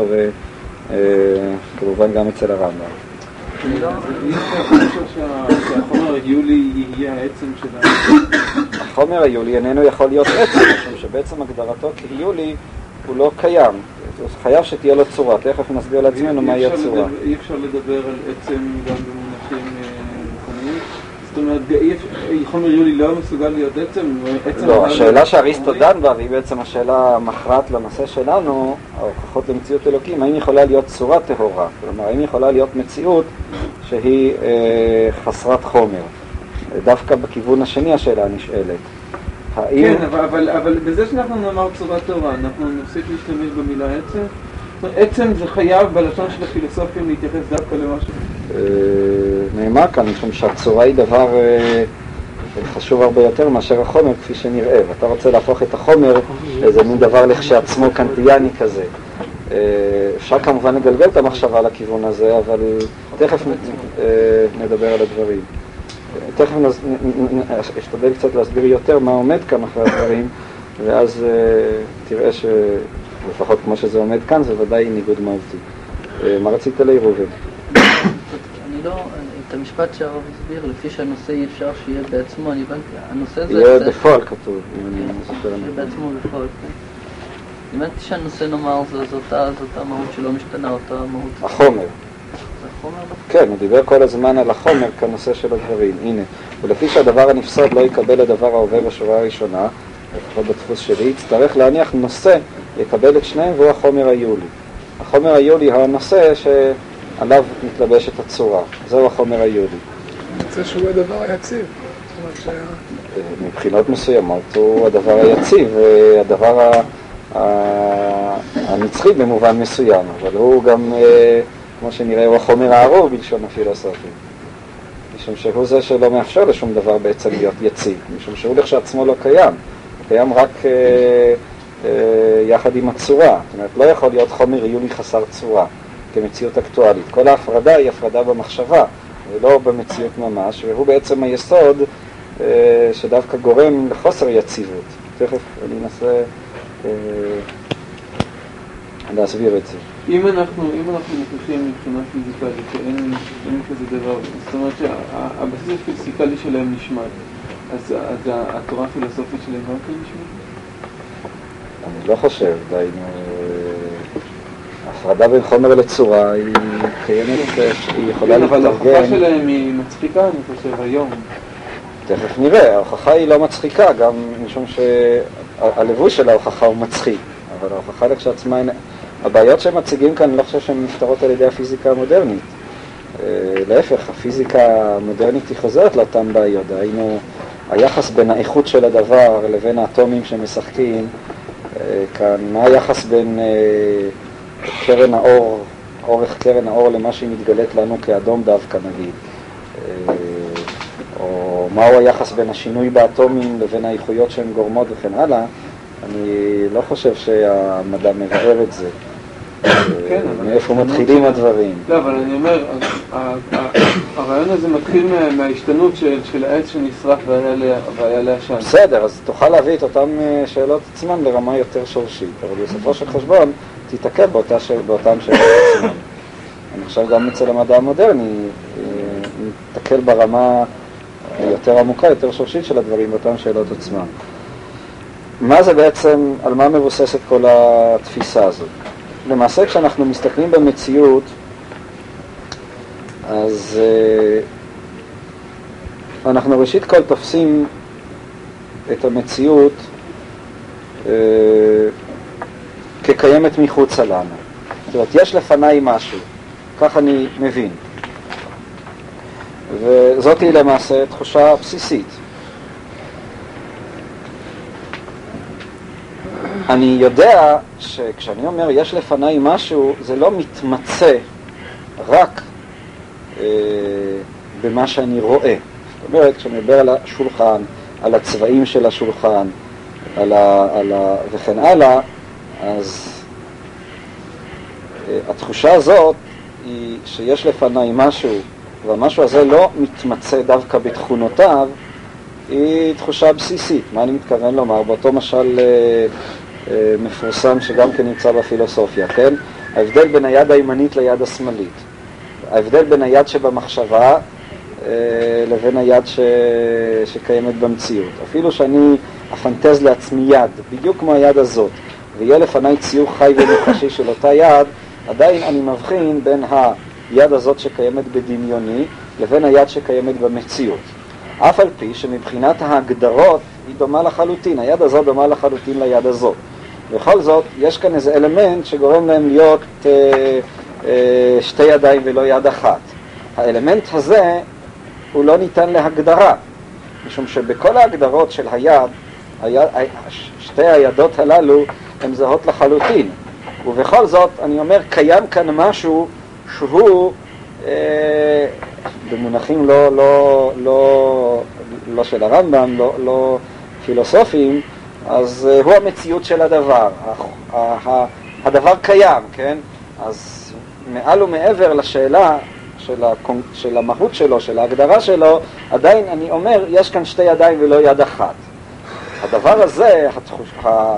וכמובן גם אצל הרמב"ם. אני חושב שהחומר היולי יהיה העצם של ה... החומר היולי איננו יכול להיות עצם, משום שבעצם הגדרתו כיולי הוא לא קיים. הוא חייב שתהיה לו צורה, תכף נסביר לעצמנו מהי הצורה. אי אפשר לדבר על עצם גם במונחים מוכנים? זאת אומרת, חומר יולי לא מסוגל להיות עצם? לא, השאלה שאריסטו דן בה, והיא בעצם השאלה המכרעת לנושא שלנו, ההוכחות למציאות אלוקים, האם יכולה להיות צורה טהורה? כלומר, האם יכולה להיות מציאות שהיא אה, חסרת חומר? דווקא בכיוון השני השאלה נשאלת. האם... כן, אבל, אבל, אבל בזה שאנחנו נאמר צורה טהורה, אנחנו נפסיק להשתמש במילה עצם? עצם זה חייב בלשון של הפילוסופים להתייחס דווקא למשהו? נאמר כאן, משום שהצורה היא דבר חשוב הרבה יותר מאשר החומר, כפי שנראה. ואתה רוצה להפוך את החומר לאיזה מין דבר לכשעצמו קנטיאני כזה. אפשר כמובן לגלגל את המחשבה לכיוון הזה, אבל תכף נדבר על הדברים. תכף אשתדל קצת להסביר יותר מה עומד כאן אחרי הדברים, ואז תראה שלפחות כמו שזה עומד כאן, זה ודאי ניגוד מהותי. מה רצית לעירובין? אני לא, את המשפט שהרב הסביר, לפי שהנושא אי אפשר שיהיה בעצמו, אני הבנתי, הנושא זה... יהיה בפועל כתוב, אם אני מספר לנו. שיהיה בעצמו בפועל, כן. הבנתי שהנושא נאמר, זאת אותה מהות שלא משתנה, אותה מהות... החומר. החומר? כן, הוא דיבר כל הזמן על החומר כנושא של הדברים, הנה. ולפי שהדבר הנפסד לא יקבל הדבר ההווה בשורה הראשונה, לפחות בדפוס שלי, יצטרך להניח נושא, יקבל את שניהם, והוא החומר היולי. החומר היולי הוא הנושא שעליו מתלבשת הצורה. זהו החומר היולי. זה שהוא הדבר היציב. מבחינות מסוימות הוא הדבר היציב, הדבר הנצחי במובן מסוים, אבל הוא גם, כמו שנראה, הוא החומר הארור בלשון הפילוסופי. משום שהוא זה שלא מאפשר לשום דבר בעצם להיות יציב, משום שהוא לכשעצמו לא קיים. הוא קיים רק יחד עם הצורה. זאת אומרת, לא יכול להיות חומר יולי חסר צורה כמציאות אקטואלית. כל ההפרדה היא הפרדה במחשבה, ולא במציאות ממש, והוא בעצם היסוד שדווקא גורם לחוסר יציבות. תכף אני אנסה להסביר את זה. אם אנחנו, אם אנחנו מוכיחים מבחינה פיזיקלית שאין אין כזה דבר, זאת אומרת שהבסיס הפיזיקלי שלהם נשמט, אז, אז התורה הפילוסופית שלהם גם כן נשמט? אני לא חושב, דיינו, ההפרדה בין חומר לצורה היא קיימת, היא יכולה כן, אבל להתארגן. ההוכחה שלהם היא מצחיקה, אני חושב, היום. תכף נראה, ההוכחה היא לא מצחיקה, גם משום שהלבוש של ההוכחה הוא מצחיק, אבל ההוכחה לכשעצמה, הבעיות שהם מציגים כאן, אני לא חושב שהן נפתרות על ידי הפיזיקה המודרנית. להפך, הפיזיקה המודרנית היא חוזרת לאותן בעיות, היינו, היחס בין האיכות של הדבר לבין האטומים שמשחקים, כאן, מה היחס בין קרן האור, אורך קרן האור למה שהיא מתגלית לנו כאדום דווקא נגיד, או מהו היחס בין השינוי באטומים לבין האיכויות שהן גורמות וכן הלאה. אני לא חושב שהמדע מבאר את זה. מאיפה מתחילים הדברים. לא, אבל אני אומר, הרעיון הזה מתחיל מההשתנות של העץ שנשרף והיה לעשן. בסדר, אז תוכל להביא את אותן שאלות עצמן לרמה יותר שורשית, אבל בסופו של חשבון תתעכב באותן שאלות עצמן. אני חושב גם אצל המדע המודרני, נתקל ברמה יותר עמוקה, יותר שורשית של הדברים, באותן שאלות עצמן. מה זה בעצם, על מה מבוססת כל התפיסה הזאת? למעשה, כשאנחנו מסתכלים במציאות, אז uh, אנחנו ראשית כל תופסים את המציאות uh, כקיימת מחוץ לנו. זאת אומרת, יש לפניי משהו, כך אני מבין. וזאת היא למעשה תחושה בסיסית. אני יודע שכשאני אומר יש לפניי משהו, זה לא מתמצא רק אה, במה שאני רואה. זאת אומרת, כשאני מדבר על השולחן, על הצבעים של השולחן, על ה, על ה, וכן הלאה, אז אה, התחושה הזאת היא שיש לפניי משהו והמשהו הזה לא מתמצא דווקא בתכונותיו, היא תחושה בסיסית. מה אני מתכוון לומר? באותו משל אה, אה, מפורסם שגם כן נמצא בפילוסופיה, כן? ההבדל בין היד הימנית ליד השמאלית. ההבדל בין היד שבמחשבה אה, לבין היד ש... שקיימת במציאות. אפילו שאני אפנטז לעצמי יד, בדיוק כמו היד הזאת, ויהיה לפניי ציור חי ומוחשי של אותה יד, עדיין אני מבחין בין היד הזאת שקיימת בדמיוני לבין היד שקיימת במציאות. אף על פי שמבחינת ההגדרות היא דומה לחלוטין, היד הזאת דומה לחלוטין ליד הזאת. בכל זאת, יש כאן איזה אלמנט שגורם להם להיות אה, אה, שתי ידיים ולא יד אחת. האלמנט הזה הוא לא ניתן להגדרה, משום שבכל ההגדרות של היד, היד שתי הידות הללו הן זהות לחלוטין. ובכל זאת, אני אומר, קיים כאן משהו שהוא אה, במונחים לא, לא, לא, לא של הרמב"ם, לא, לא פילוסופיים, אז uh, הוא המציאות של הדבר. הדבר קיים, כן? אז מעל ומעבר לשאלה של, הקונ... של המהות שלו, של ההגדרה שלו, עדיין אני אומר, יש כאן שתי ידיים ולא יד אחת. הדבר הזה, התחוש...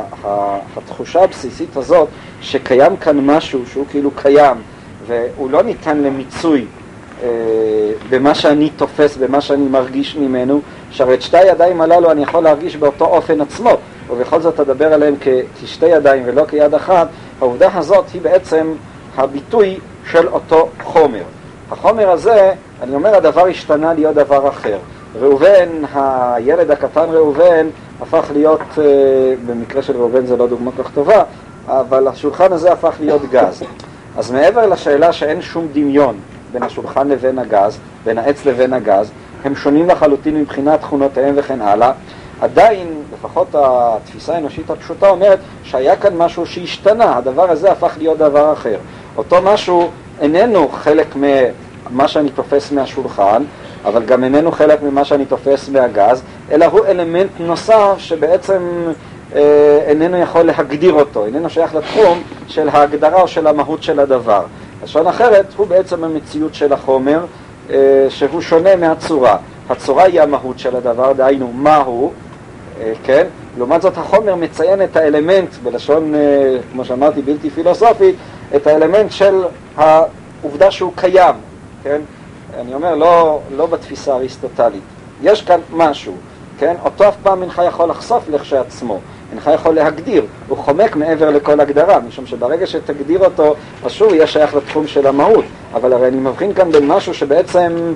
התחושה הבסיסית הזאת, שקיים כאן משהו שהוא כאילו קיים, והוא לא ניתן למיצוי אה, במה שאני תופס, במה שאני מרגיש ממנו, שהרי את שתי הידיים הללו אני יכול להרגיש באותו אופן עצמו, ובכל זאת אדבר עליהם כ... כשתי ידיים ולא כיד אחת. העובדה הזאת היא בעצם הביטוי של אותו חומר. החומר הזה, אני אומר, הדבר השתנה להיות דבר אחר. ראובן, הילד הקטן ראובן, הפך להיות, אה, במקרה של ראובן זה לא דוגמה כך טובה, אבל השולחן הזה הפך להיות גז. אז מעבר לשאלה שאין שום דמיון בין השולחן לבין הגז, בין העץ לבין הגז, הם שונים לחלוטין מבחינת תכונותיהם וכן הלאה, עדיין, לפחות התפיסה האנושית הפשוטה אומרת שהיה כאן משהו שהשתנה, הדבר הזה הפך להיות דבר אחר. אותו משהו איננו חלק ממה שאני תופס מהשולחן, אבל גם איננו חלק ממה שאני תופס מהגז, אלא הוא אלמנט נוסף שבעצם אה, איננו יכול להגדיר אותו, איננו שייך לתחום של ההגדרה או של המהות של הדבר. לשון אחרת, הוא בעצם המציאות של החומר, אה, שהוא שונה מהצורה. הצורה היא המהות של הדבר, דהיינו מהו, אה, כן? לעומת זאת החומר מציין את האלמנט, בלשון, אה, כמו שאמרתי, בלתי פילוסופית, את האלמנט של העובדה שהוא קיים, כן? אני אומר, לא, לא בתפיסה אריסטוטלית. יש כאן משהו, כן? אותו אף פעם אינך יכול לחשוף לכשעצמו, אינך יכול להגדיר, הוא חומק מעבר לכל הגדרה, משום שברגע שתגדיר אותו, אז שוב יהיה שייך לתחום של המהות. אבל הרי אני מבחין כאן בין משהו שבעצם,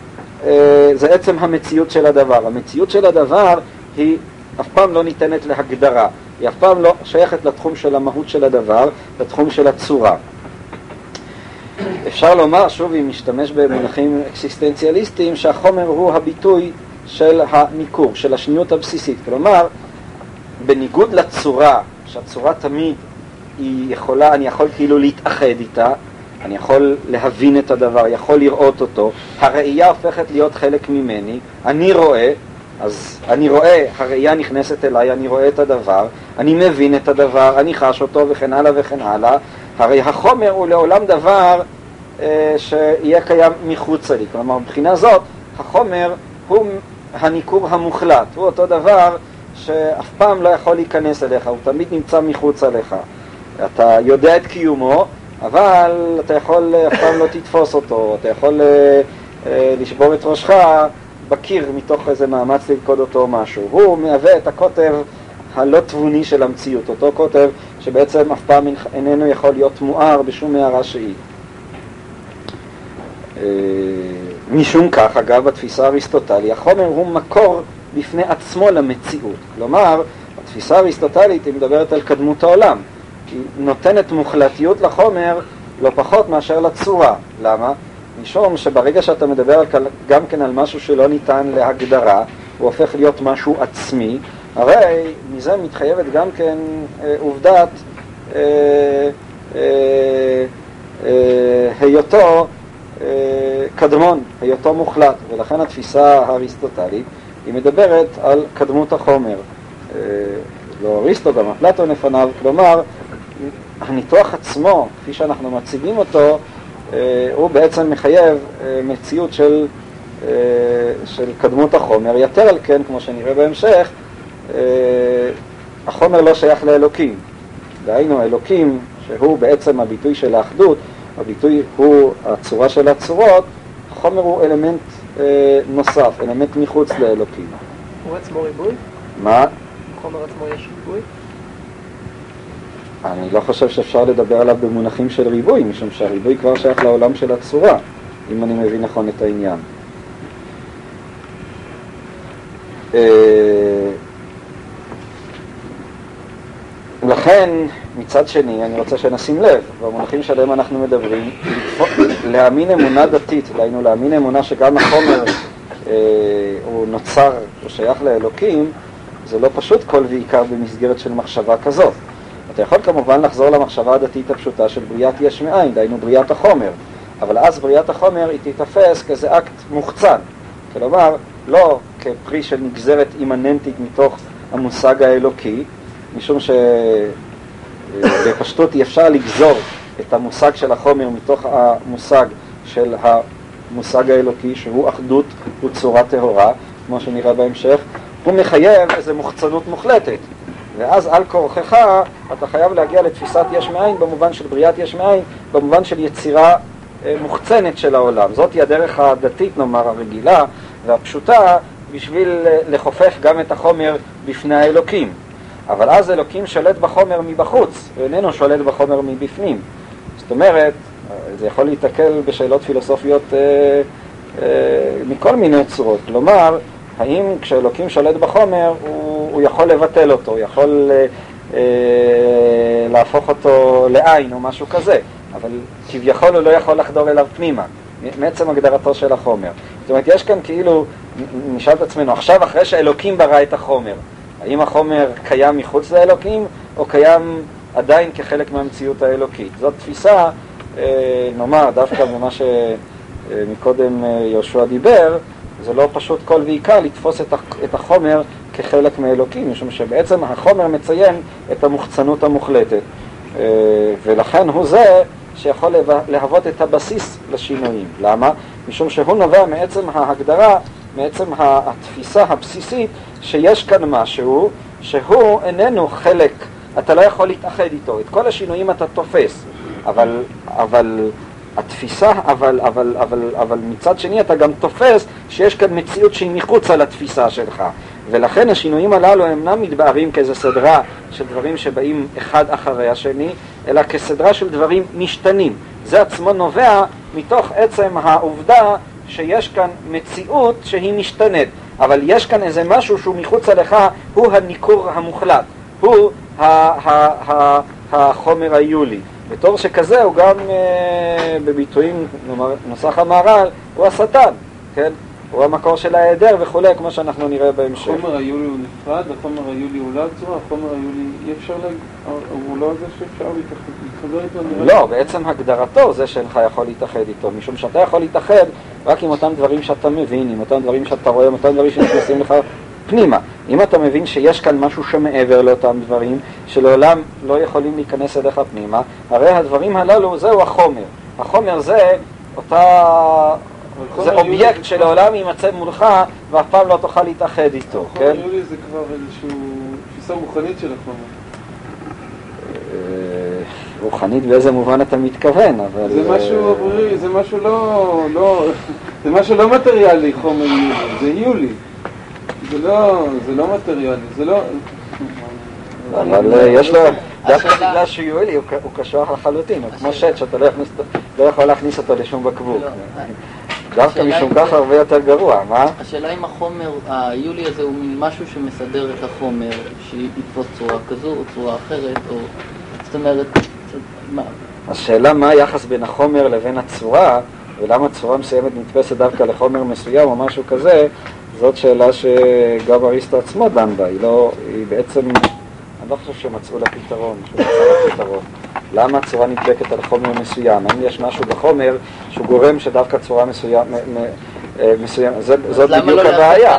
אה, זה עצם המציאות של הדבר. המציאות של הדבר היא אף פעם לא ניתנת להגדרה, היא אף פעם לא שייכת לתחום של המהות של הדבר, לתחום של הצורה. אפשר לומר, שוב, אם משתמש במונחים אקסיסטנציאליסטיים, שהחומר הוא הביטוי של הניכור, של השניות הבסיסית. כלומר, בניגוד לצורה, שהצורה תמיד היא יכולה, אני יכול כאילו להתאחד איתה, אני יכול להבין את הדבר, יכול לראות אותו, הראייה הופכת להיות חלק ממני, אני רואה, אז אני רואה, הראייה נכנסת אליי, אני רואה את הדבר, אני מבין את הדבר, אני חש אותו וכן הלאה וכן הלאה. הרי החומר הוא לעולם דבר אה, שיהיה קיים מחוץ לי. כלומר, מבחינה זאת, החומר הוא הניכור המוחלט, הוא אותו דבר שאף פעם לא יכול להיכנס אליך, הוא תמיד נמצא מחוץ אליך. אתה יודע את קיומו, אבל אתה יכול, אף פעם לא תתפוס אותו, אתה יכול אה, אה, לשבור את ראשך בקיר מתוך איזה מאמץ ללכוד אותו משהו. הוא מהווה את הכותב הלא תבוני של המציאות, אותו כותב שבעצם אף פעם איננו יכול להיות מואר בשום הערה שהיא. משום כך, אגב, בתפיסה האריסטוטלית, החומר הוא מקור בפני עצמו למציאות. כלומר, התפיסה האריסטוטלית היא מדברת על קדמות העולם. היא נותנת מוחלטיות לחומר לא פחות מאשר לצורה. למה? משום שברגע שאתה מדבר גם כן על משהו שלא ניתן להגדרה, הוא הופך להיות משהו עצמי, הרי מזה מתחייבת גם כן אה, עובדת אה, אה, אה, היותו אה, קדמון, היותו מוחלט, ולכן התפיסה האריסטוטלית היא מדברת על קדמות החומר. אה, לא אריסטו, גם אפלטון לפניו, כלומר, הניתוח עצמו, כפי שאנחנו מציגים אותו, הוא בעצם מחייב מציאות של, של קדמות החומר. יותר על כן, כמו שנראה בהמשך, החומר לא שייך לאלוקים. דהיינו, אלוקים, שהוא בעצם הביטוי של האחדות, הביטוי הוא הצורה של הצורות, החומר הוא אלמנט נוסף, אלמנט מחוץ לאלוקים. הוא עצמו ריבוי? מה? בחומר עצמו יש ריבוי? אני לא חושב שאפשר לדבר עליו במונחים של ריבוי, משום שהריבוי כבר שייך לעולם של הצורה, אם אני מבין נכון את העניין. לכן, מצד שני, אני רוצה שנשים לב, במונחים שלהם אנחנו מדברים, להאמין אמונה דתית, דהיינו להאמין אמונה שגם החומר אה, הוא נוצר, הוא שייך לאלוקים, זה לא פשוט כל ועיקר במסגרת של מחשבה כזאת. אתה יכול כמובן לחזור למחשבה הדתית הפשוטה של בריאת יש מאין, דהיינו בריאת החומר, אבל אז בריאת החומר היא תתפס כאיזה אקט מוחצן, כלומר, לא כפרי של נגזרת אימננטית מתוך המושג האלוקי, משום שבפשטות אי אפשר לגזור את המושג של החומר מתוך המושג של המושג האלוקי, שהוא אחדות וצורה טהורה, כמו שנראה בהמשך, הוא מחייב איזו מוחצנות מוחלטת. ואז על כורכך אתה חייב להגיע לתפיסת יש מאין במובן של בריאת יש מאין, במובן של יצירה מוחצנת של העולם. זאת היא הדרך הדתית, נאמר, הרגילה והפשוטה, בשביל לחופף גם את החומר בפני האלוקים. אבל אז אלוקים שולט בחומר מבחוץ, ואיננו שולט בחומר מבפנים. זאת אומרת, זה יכול להתקל בשאלות פילוסופיות אה, אה, מכל מיני צורות. כלומר, האם כשאלוקים שולט בחומר, הוא, הוא יכול לבטל אותו, הוא יכול אה, אה, להפוך אותו לעין או משהו כזה, אבל כביכול הוא לא יכול לחדור אליו פנימה, מעצם הגדרתו של החומר. זאת אומרת, יש כאן כאילו, נשאל את עצמנו, עכשיו אחרי שאלוקים ברא את החומר, האם החומר קיים מחוץ לאלוקים, או קיים עדיין כחלק מהמציאות האלוקית? זאת תפיסה, נאמר, דווקא במה שמקודם יהושע דיבר, זה לא פשוט כל ועיקר לתפוס את החומר כחלק מאלוקים, משום שבעצם החומר מציין את המוחצנות המוחלטת. ולכן הוא זה שיכול להוות את הבסיס לשינויים. למה? משום שהוא נובע מעצם ההגדרה, מעצם התפיסה הבסיסית שיש כאן משהו שהוא איננו חלק, אתה לא יכול להתאחד איתו, את כל השינויים אתה תופס, אבל, אבל התפיסה, אבל, אבל, אבל, אבל מצד שני אתה גם תופס שיש כאן מציאות שהיא מחוץ על התפיסה שלך, ולכן השינויים הללו הם לא מתבארים כאיזו סדרה של דברים שבאים אחד אחרי השני, אלא כסדרה של דברים משתנים. זה עצמו נובע מתוך עצם העובדה שיש כאן מציאות שהיא משתנית, אבל יש כאן איזה משהו שהוא מחוץ לך, הוא הניקור המוחלט, הוא ה- ה- ה- החומר היולי. בתור שכזה הוא גם אה, בביטויים, נוסח המהר"ל, הוא השטן, כן? הוא המקור של ההיעדר וכו', כמו שאנחנו נראה בהמשך. החומר היולי הוא נפרד, החומר היולי הוא לא צורה, החומר היולי אי אפשר להגיד, הוא לא זה שאפשר להתחבר איתו. לא, בעצם הגדרתו זה שאינך יכול להתאחד איתו, משום שאתה יכול להתאחד רק עם אותם דברים שאתה מבין, עם אותם דברים שאתה רואה, עם אותם דברים שנכנסים לך פנימה. אם אתה מבין שיש כאן משהו שמעבר לאותם דברים, שלעולם לא יכולים להיכנס אליך פנימה, הרי הדברים הללו זהו החומר. החומר זה אותה... זה אובייקט שלעולם יימצא מולך ואף פעם לא תוכל להתאחד איתו, כן? החומר היולי זה כבר איזושהי תפיסה רוחנית של החומר. רוחנית באיזה מובן אתה מתכוון, אבל... זה משהו עבורי, זה משהו לא... לא... זה משהו לא מטריאלי, חומר יולי, זה יולי. זה לא... זה לא מטריאלי, זה לא... אבל יש לו... דווקא בגלל שהוא יולי, הוא קשוח לחלוטין, הוא כמו שט שאתה לא יכול להכניס אותו לשום בקבוק. דווקא משום כך הרבה יותר גרוע, מה? השאלה אם החומר, היולי הזה הוא משהו שמסדר את החומר, שיתפוס צורה כזו או צורה אחרת, או... זאת אומרת, מה? השאלה מה היחס בין החומר לבין הצורה, ולמה צורה מסוימת נתפסת דווקא לחומר מסוים או משהו כזה, זאת שאלה שגם אריסטו עצמו דן בה, היא לא, היא בעצם, אני לא חושב שמצאו לה פתרון, שמצאו לה פתרון. למה הצורה נדבקת על חומר מסוים? האם יש משהו בחומר שהוא גורם שדווקא צורה מסוים, מסוים, זאת בדיוק הבעיה.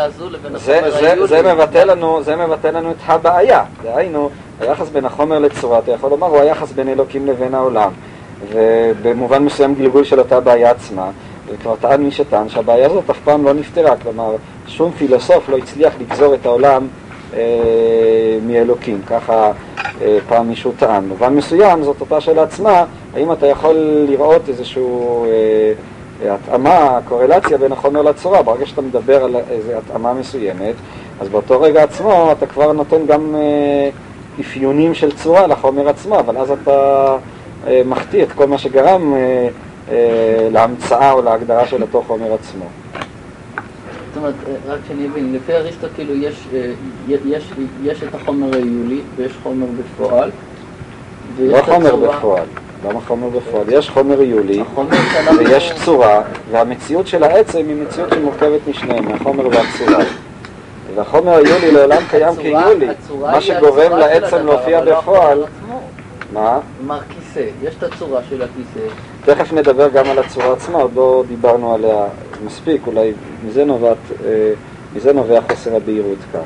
זה מבטא לנו, זה מבטא לנו את הבעיה. דהיינו, היחס בין החומר לצורה, אתה יכול לומר, הוא היחס בין אלוקים לבין העולם. ובמובן מסוים גלגול של אותה בעיה עצמה, וכבר טען מי שטען שהבעיה הזאת אף פעם לא נפתרה, כלומר שום פילוסוף לא הצליח לגזור את העולם אה, מאלוקים, ככה אה, פעם מישהו טען. במובן מסוים זאת אותה שאלה עצמה, האם אתה יכול לראות איזשהו אה, התאמה, קורלציה בין החומר לצורה, ברגע שאתה מדבר על איזו התאמה מסוימת, אז באותו רגע עצמו אתה כבר נותן גם אה, אפיונים של צורה לחומר עצמו, אבל אז אתה אה, מחטיא את כל מה שגרם אה, אה, להמצאה או להגדרה של אותו חומר עצמו. זאת אומרת, רק שאני אבין, לפי אריסטו כאילו יש, יש, יש את החומר היולי ויש חומר בפועל. לא חומר בפועל, למה חומר בפועל? יש חומר היולי ויש צורה, והמציאות של העצם היא מציאות שמורכבת משניהם, מהחומר והצורה. והחומר היולי לעולם קיים כיולי, מה שגורם לעצם להופיע בפועל. מה? כלומר כיסא, יש את הצורה של הכיסא. תכף נדבר גם על הצורה עצמה, עוד לא דיברנו עליה מספיק, אולי מזה נובע, מזה נובע חוסר הבהירות כאן.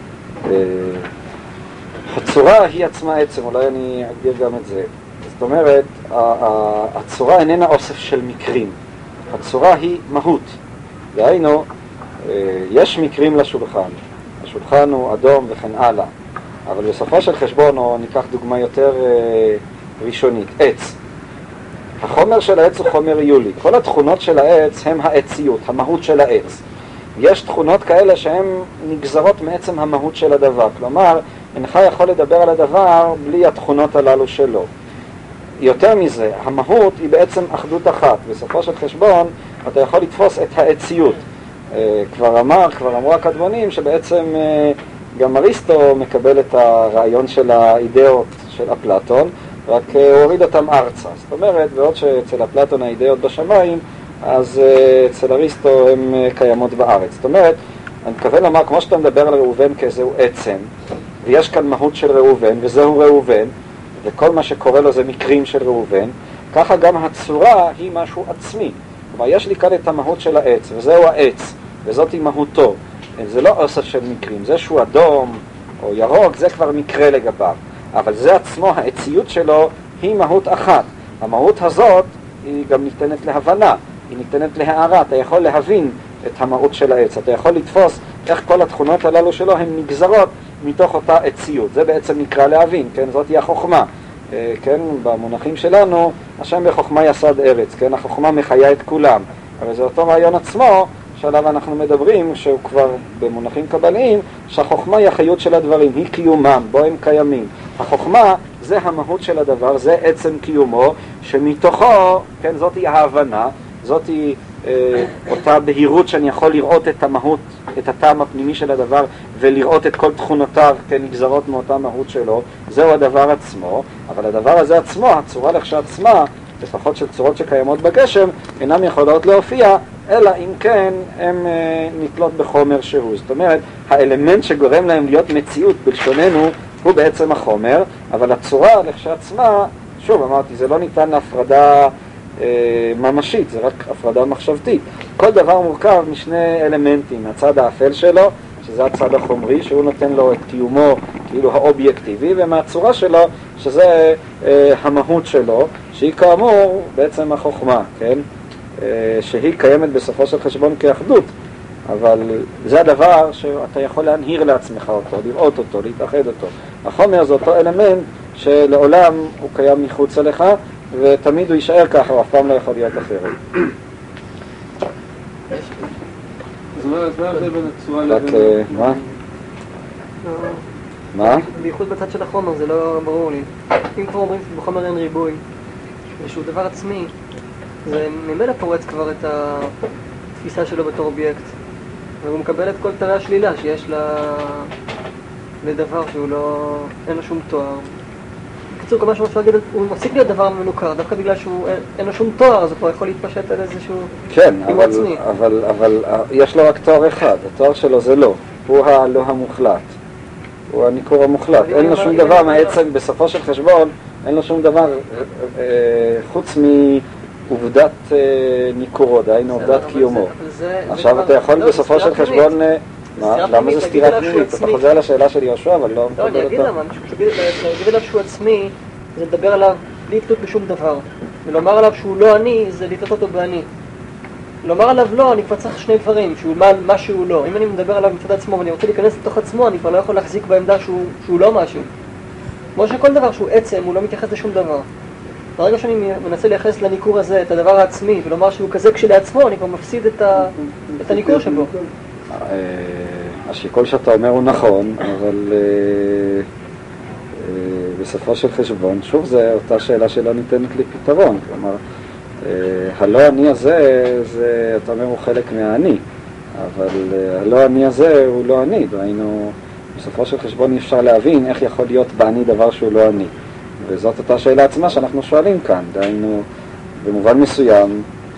הצורה היא עצמה עצם, אולי אני אגדיר גם את זה. זאת אומרת, הצורה איננה אוסף של מקרים, הצורה היא מהות. דהיינו, יש מקרים לשולחן, השולחן הוא אדום וכן הלאה, אבל בסופו של חשבון, או ניקח דוגמה יותר ראשונית, עץ. החומר של העץ הוא חומר יולי. כל התכונות של העץ הם העציות, המהות של העץ. יש תכונות כאלה שהן נגזרות מעצם המהות של הדבר. כלומר, אינך יכול לדבר על הדבר בלי התכונות הללו שלו. יותר מזה, המהות היא בעצם אחדות אחת. בסופו של חשבון, אתה יכול לתפוס את העציות. כבר אמר, כבר אמרו הקדמונים, שבעצם גם אריסטו מקבל את הרעיון של האידאות של אפלטון, רק הוא הוריד אותם ארצה. זאת אומרת, בעוד שאצל אפלטון האידאות בשמיים, אז אצל אריסטו הן קיימות בארץ. זאת אומרת, אני מתכוון לומר, כמו שאתה מדבר על ראובן כאיזהו עצם, ויש כאן מהות של ראובן, וזהו ראובן, וכל מה שקורה לו זה מקרים של ראובן, ככה גם הצורה היא משהו עצמי. כלומר, יש לי כאן את המהות של העץ, וזהו העץ, וזאת היא מהותו. זה לא אוסף של מקרים, זה שהוא אדום או ירוק, זה כבר מקרה לגביו. אבל זה עצמו, העציות שלו, היא מהות אחת. המהות הזאת היא גם ניתנת להבנה, היא ניתנת להערה. אתה יכול להבין את המהות של העץ, אתה יכול לתפוס איך כל התכונות הללו שלו הן נגזרות מתוך אותה עציות. זה בעצם נקרא להבין, כן? זאת היא החוכמה. כן? במונחים שלנו, השם בחוכמה יסד ארץ, כן? החוכמה מחיה את כולם. אבל זה אותו רעיון עצמו, שעליו אנחנו מדברים, שהוא כבר במונחים קבליים, שהחוכמה היא החיות של הדברים, היא קיומם, בו הם קיימים. החוכמה זה המהות של הדבר, זה עצם קיומו, שמתוכו, כן, זאת היא ההבנה, זאת היא אה, אותה בהירות שאני יכול לראות את המהות, את הטעם הפנימי של הדבר, ולראות את כל תכונותיו, כן, נגזרות מאותה מהות שלו, זהו הדבר עצמו, אבל הדבר הזה עצמו, הצורה לכשעצמה, לפחות של צורות שקיימות בגשם, אינם יכולות להופיע, אלא אם כן הם אה, נתלות בחומר שהוא. זאת אומרת, האלמנט שגורם להם להיות מציאות בלשוננו הוא בעצם החומר, אבל הצורה לכשעצמה, שוב אמרתי, זה לא ניתן להפרדה אה, ממשית, זה רק הפרדה מחשבתית. כל דבר מורכב משני אלמנטים, מהצד האפל שלו, שזה הצד החומרי, שהוא נותן לו את קיומו כאילו האובייקטיבי, ומהצורה שלו, שזה אה, המהות שלו, שהיא כאמור בעצם החוכמה, כן? שהיא קיימת בסופו של חשבון כאחדות, אבל זה הדבר שאתה יכול להנהיר לעצמך אותו, לראות אותו, להתאחד אותו. החומר זה אותו אלמנט שלעולם הוא קיים מחוץ אליך, ותמיד הוא יישאר ככה, הוא אף פעם לא יכול להיות אחרת. זאת אומרת, מה ההבדל בין הצורה לבין... מה? מה? בייחוד בצד של החומר, זה לא ברור לי. אם כבר אומרים שבחומר אין ריבוי, ושהוא דבר עצמי, זה ממילא פורץ כבר את התפיסה שלו בתור אובייקט, והוא מקבל את כל תארי השלילה שיש לה... לדבר שהוא לא... אין לו שום תואר. בקיצור, כל מה שאפשר להגיד, הוא מפסיק להיות דבר מנוכר, דווקא בגלל שהוא אין לו שום תואר, אז הוא כבר יכול להתפשט על איזשהו... כן, אבל, אבל, אבל יש לו רק תואר אחד, התואר שלו זה לא, הוא הלא המוחלט, הוא הניכור המוחלט, אין לו שום דבר מעצם, בסופו של חשבון, אין לו שום דבר חוץ מעובדת ניכורו, דהיינו עובדת קיומו. עכשיו אתה יכול בסופו של חשבון... מה? למה זה סתירה פנימית? אתה חוזר לשאלה של יהושע, אבל לא... לא, אני אגיד למה, להגיד עליו שהוא עצמי, זה לדבר עליו בלי תלות בשום דבר. ולומר עליו שהוא לא אני, זה לתלות אותו באני. לומר עליו לא, אני כבר צריך שני דברים, שהוא מה, מה שהוא לא. אם אני מדבר עליו מצד עצמו ואני רוצה להיכנס לתוך עצמו, אני כבר לא יכול להחזיק בעמדה שהוא, שהוא לא משהו. כמו שכל דבר שהוא עצם, הוא לא מתייחס לשום דבר. ברגע שאני מנסה לייחס לניקור הזה את הדבר העצמי, ולומר שהוא כזה כשלעצמו, אני כבר מפסיד את, ה, את הניקור שבו. השיקול שאתה אומר הוא נכון, אבל בסופו של חשבון, שוב זה אותה שאלה שלא ניתנת לפתרון. כלומר, הלא אני הזה, זה, אתה אומר, הוא חלק מהאני, אבל הלא אני הזה הוא לא אני. דהיינו, בסופו של חשבון אי אפשר להבין איך יכול להיות באני דבר שהוא לא אני. וזאת אותה שאלה עצמה שאנחנו שואלים כאן. דהיינו, במובן מסוים,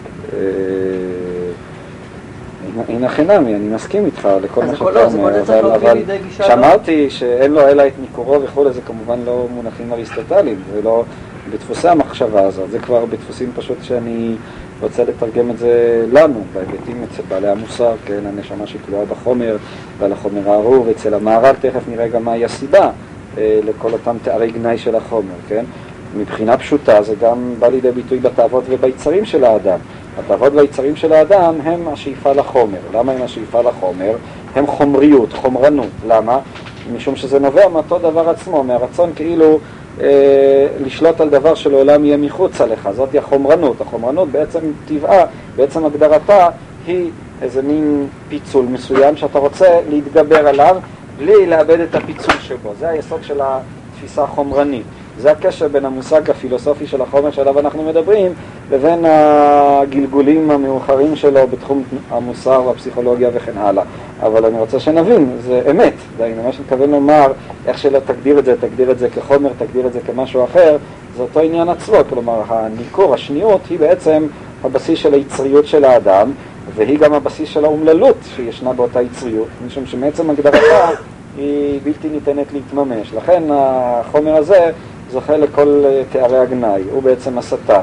הנה חינמי, אני מסכים איתך לכל מה שאתה אומר, אבל כשאמרתי שאין לו אלא את ניכורו וכו', זה כמובן לא מונחים אריסטוטליים, זה לא בדפוסי המחשבה הזאת, זה כבר בדפוסים פשוט שאני רוצה לתרגם את זה לנו, בהיבטים אצל בעלי המוסר, כן, הנשמה שתלויה בחומר ועל החומר הערוב, אצל המהר"ל תכף נראה גם מהי הסיבה אה, לכל אותם תארי גנאי של החומר, כן? מבחינה פשוטה זה גם בא לידי ביטוי בתאוות וביצרים של האדם. התאוות והיצרים של האדם הם השאיפה לחומר. למה הם השאיפה לחומר? הם חומריות, חומרנות. למה? משום שזה נובע מאותו דבר עצמו, מהרצון כאילו אה, לשלוט על דבר שלעולם יהיה מחוץ עליך. זאת היא החומרנות. החומרנות בעצם טבעה, בעצם הגדרתה, היא איזה מין פיצול מסוים שאתה רוצה להתגבר עליו בלי לאבד את הפיצול שבו. זה היסוד של התפיסה החומרנית. זה הקשר בין המושג הפילוסופי של החומר שעליו אנחנו מדברים לבין הגלגולים המאוחרים שלו בתחום המוסר והפסיכולוגיה וכן הלאה. אבל אני רוצה שנבין, זה אמת. דהיינו, מה שמתכוון לומר, איך שלא תגדיר את זה, תגדיר את זה כחומר, תגדיר את זה כמשהו אחר, זה אותו עניין עצמו. כלומר, הניקור, השניות, היא בעצם הבסיס של היצריות של האדם, והיא גם הבסיס של האומללות שישנה באותה יצריות, משום שמעצם הגדרתה היא בלתי ניתנת להתממש. לכן החומר הזה זוכה לכל תארי הגנאי, הוא בעצם השטן.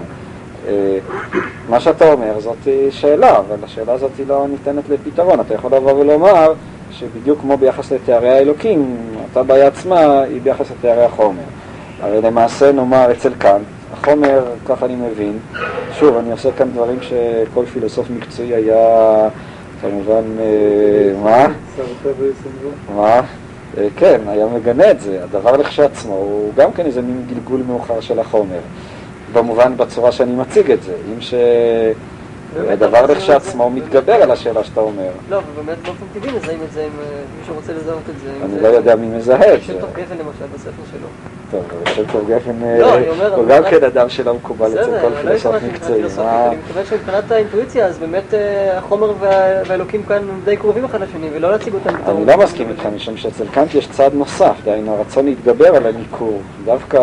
מה שאתה אומר זאת שאלה, אבל השאלה הזאת לא ניתנת לפתרון. אתה יכול לבוא ולומר שבדיוק כמו ביחס לתארי האלוקים, אותה בעיה עצמה היא ביחס לתארי החומר. הרי למעשה נאמר אצל קאנט, החומר, כך אני מבין, שוב, אני עושה כאן דברים שכל פילוסוף מקצועי היה, כמובן, מה? מה? כן, היה מגנה את זה. הדבר לכשעצמו הוא גם כן איזה מין גלגול מאוחר של החומר. במובן, בצורה שאני מציג את זה. אם שהדבר לכשעצמו מתגבר על השאלה שאתה אומר. לא, ובאמת באופן טבעי מזהים את זה אם מישהו רוצה לזהות את זה. אני לא יודע מי מזהה את זה. שם טוב גפן למשל בספר שלו. טוב, אבל שם טוב גפן הוא גם כן אדם שלא מקובל אצל כל פילוסוף מקצועי. אני מקווה שמבחינת האינטואיציה, אז באמת החומר והאלוקים כאן די קרובים אחד לשני, ולא להציג אותם. אני לא מסכים איתך, משום שאצל קאנט יש צעד נוסף, דהיינו הרצון להתגבר על הניקור, דווקא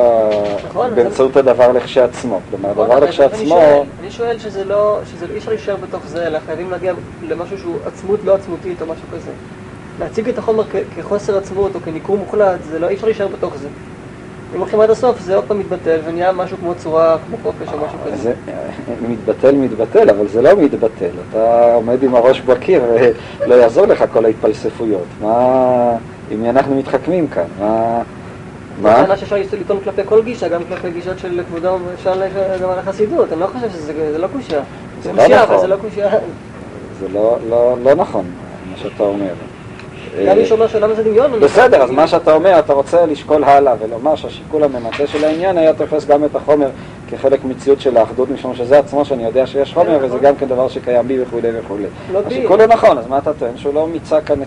באמצעות הדבר לכשעצמו. כלומר, הדבר לכשעצמו... אני שואל שזה לא, אי אפשר להישאר בתוך זה, אלא חייבים להגיע למשהו שהוא עצמות לא עצמותית או משהו כזה. להציג את החומר כחוסר עצמות או כניקור מוחלט, זה לא, אי אפשר להישאר בתוך זה. אם הולכים עד הסוף, זה עוד פעם מתבטל ונהיה משהו כמו צורה, כמו חופש או משהו כזה. זה מתבטל, מתבטל, אבל זה לא מתבטל. אתה עומד עם הראש בקיר ולא יעזור לך כל ההתפלספויות. מה, אם אנחנו מתחכמים כאן, מה... מה? זה טענה שאפשר לטעון כלפי כל גישה, גם כלפי גישות של כבודם אפשר גם על החסידות. אני לא חושב שזה לא קושיה. זה קושיה, אבל זה לא קושיה. זה לא נכון, מה שאתה אומר. גם מי שאומר שלמה זה דמיון. בסדר, אז מה שאתה אומר, אתה רוצה לשקול הלאה ולומר שהשיקול הממצה של העניין היה תופס גם את החומר כחלק מציאות של האחדות, משום שזה עצמו שאני יודע שיש חומר וזה גם כן דבר שקיים בי וכו' וכו'. השיקול הוא נכון, אז מה אתה טוען? שהוא לא מיצה כאן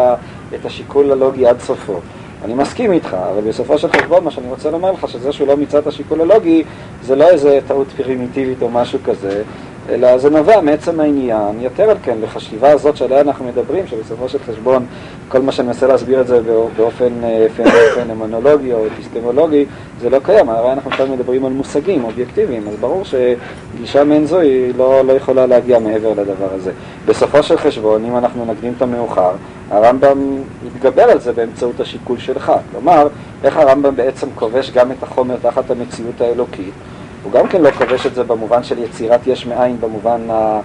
את השיקול הלוגי עד סופו. אני מסכים איתך, אבל בסופו של חשבון מה שאני רוצה לומר לך שזה שהוא לא מיצה את השיקול הלוגי זה לא איזה טעות פרימיטיבית או משהו כזה, אלא זה נובע מעצם העניין. יותר על כן, לחשיבה הזאת שעליה אנחנו מדברים, שבסופו של חשבון כל מה שאני מנסה להסביר את זה באופן פנומנולוגי או אפיסטמולוגי, זה לא קיים. הרי אנחנו כאן מדברים על מושגים אובייקטיביים, אז ברור שגישה מעין זו היא לא, לא יכולה להגיע מעבר לדבר הזה. בסופו של חשבון, אם אנחנו נקדים את המאוחר, הרמב"ם יתגבר על זה באמצעות השיקול שלך. כלומר, איך הרמב"ם בעצם כובש גם את החומר תחת המציאות האלוקית, הוא גם כן לא כובש את זה במובן של יצירת יש מאין, במובן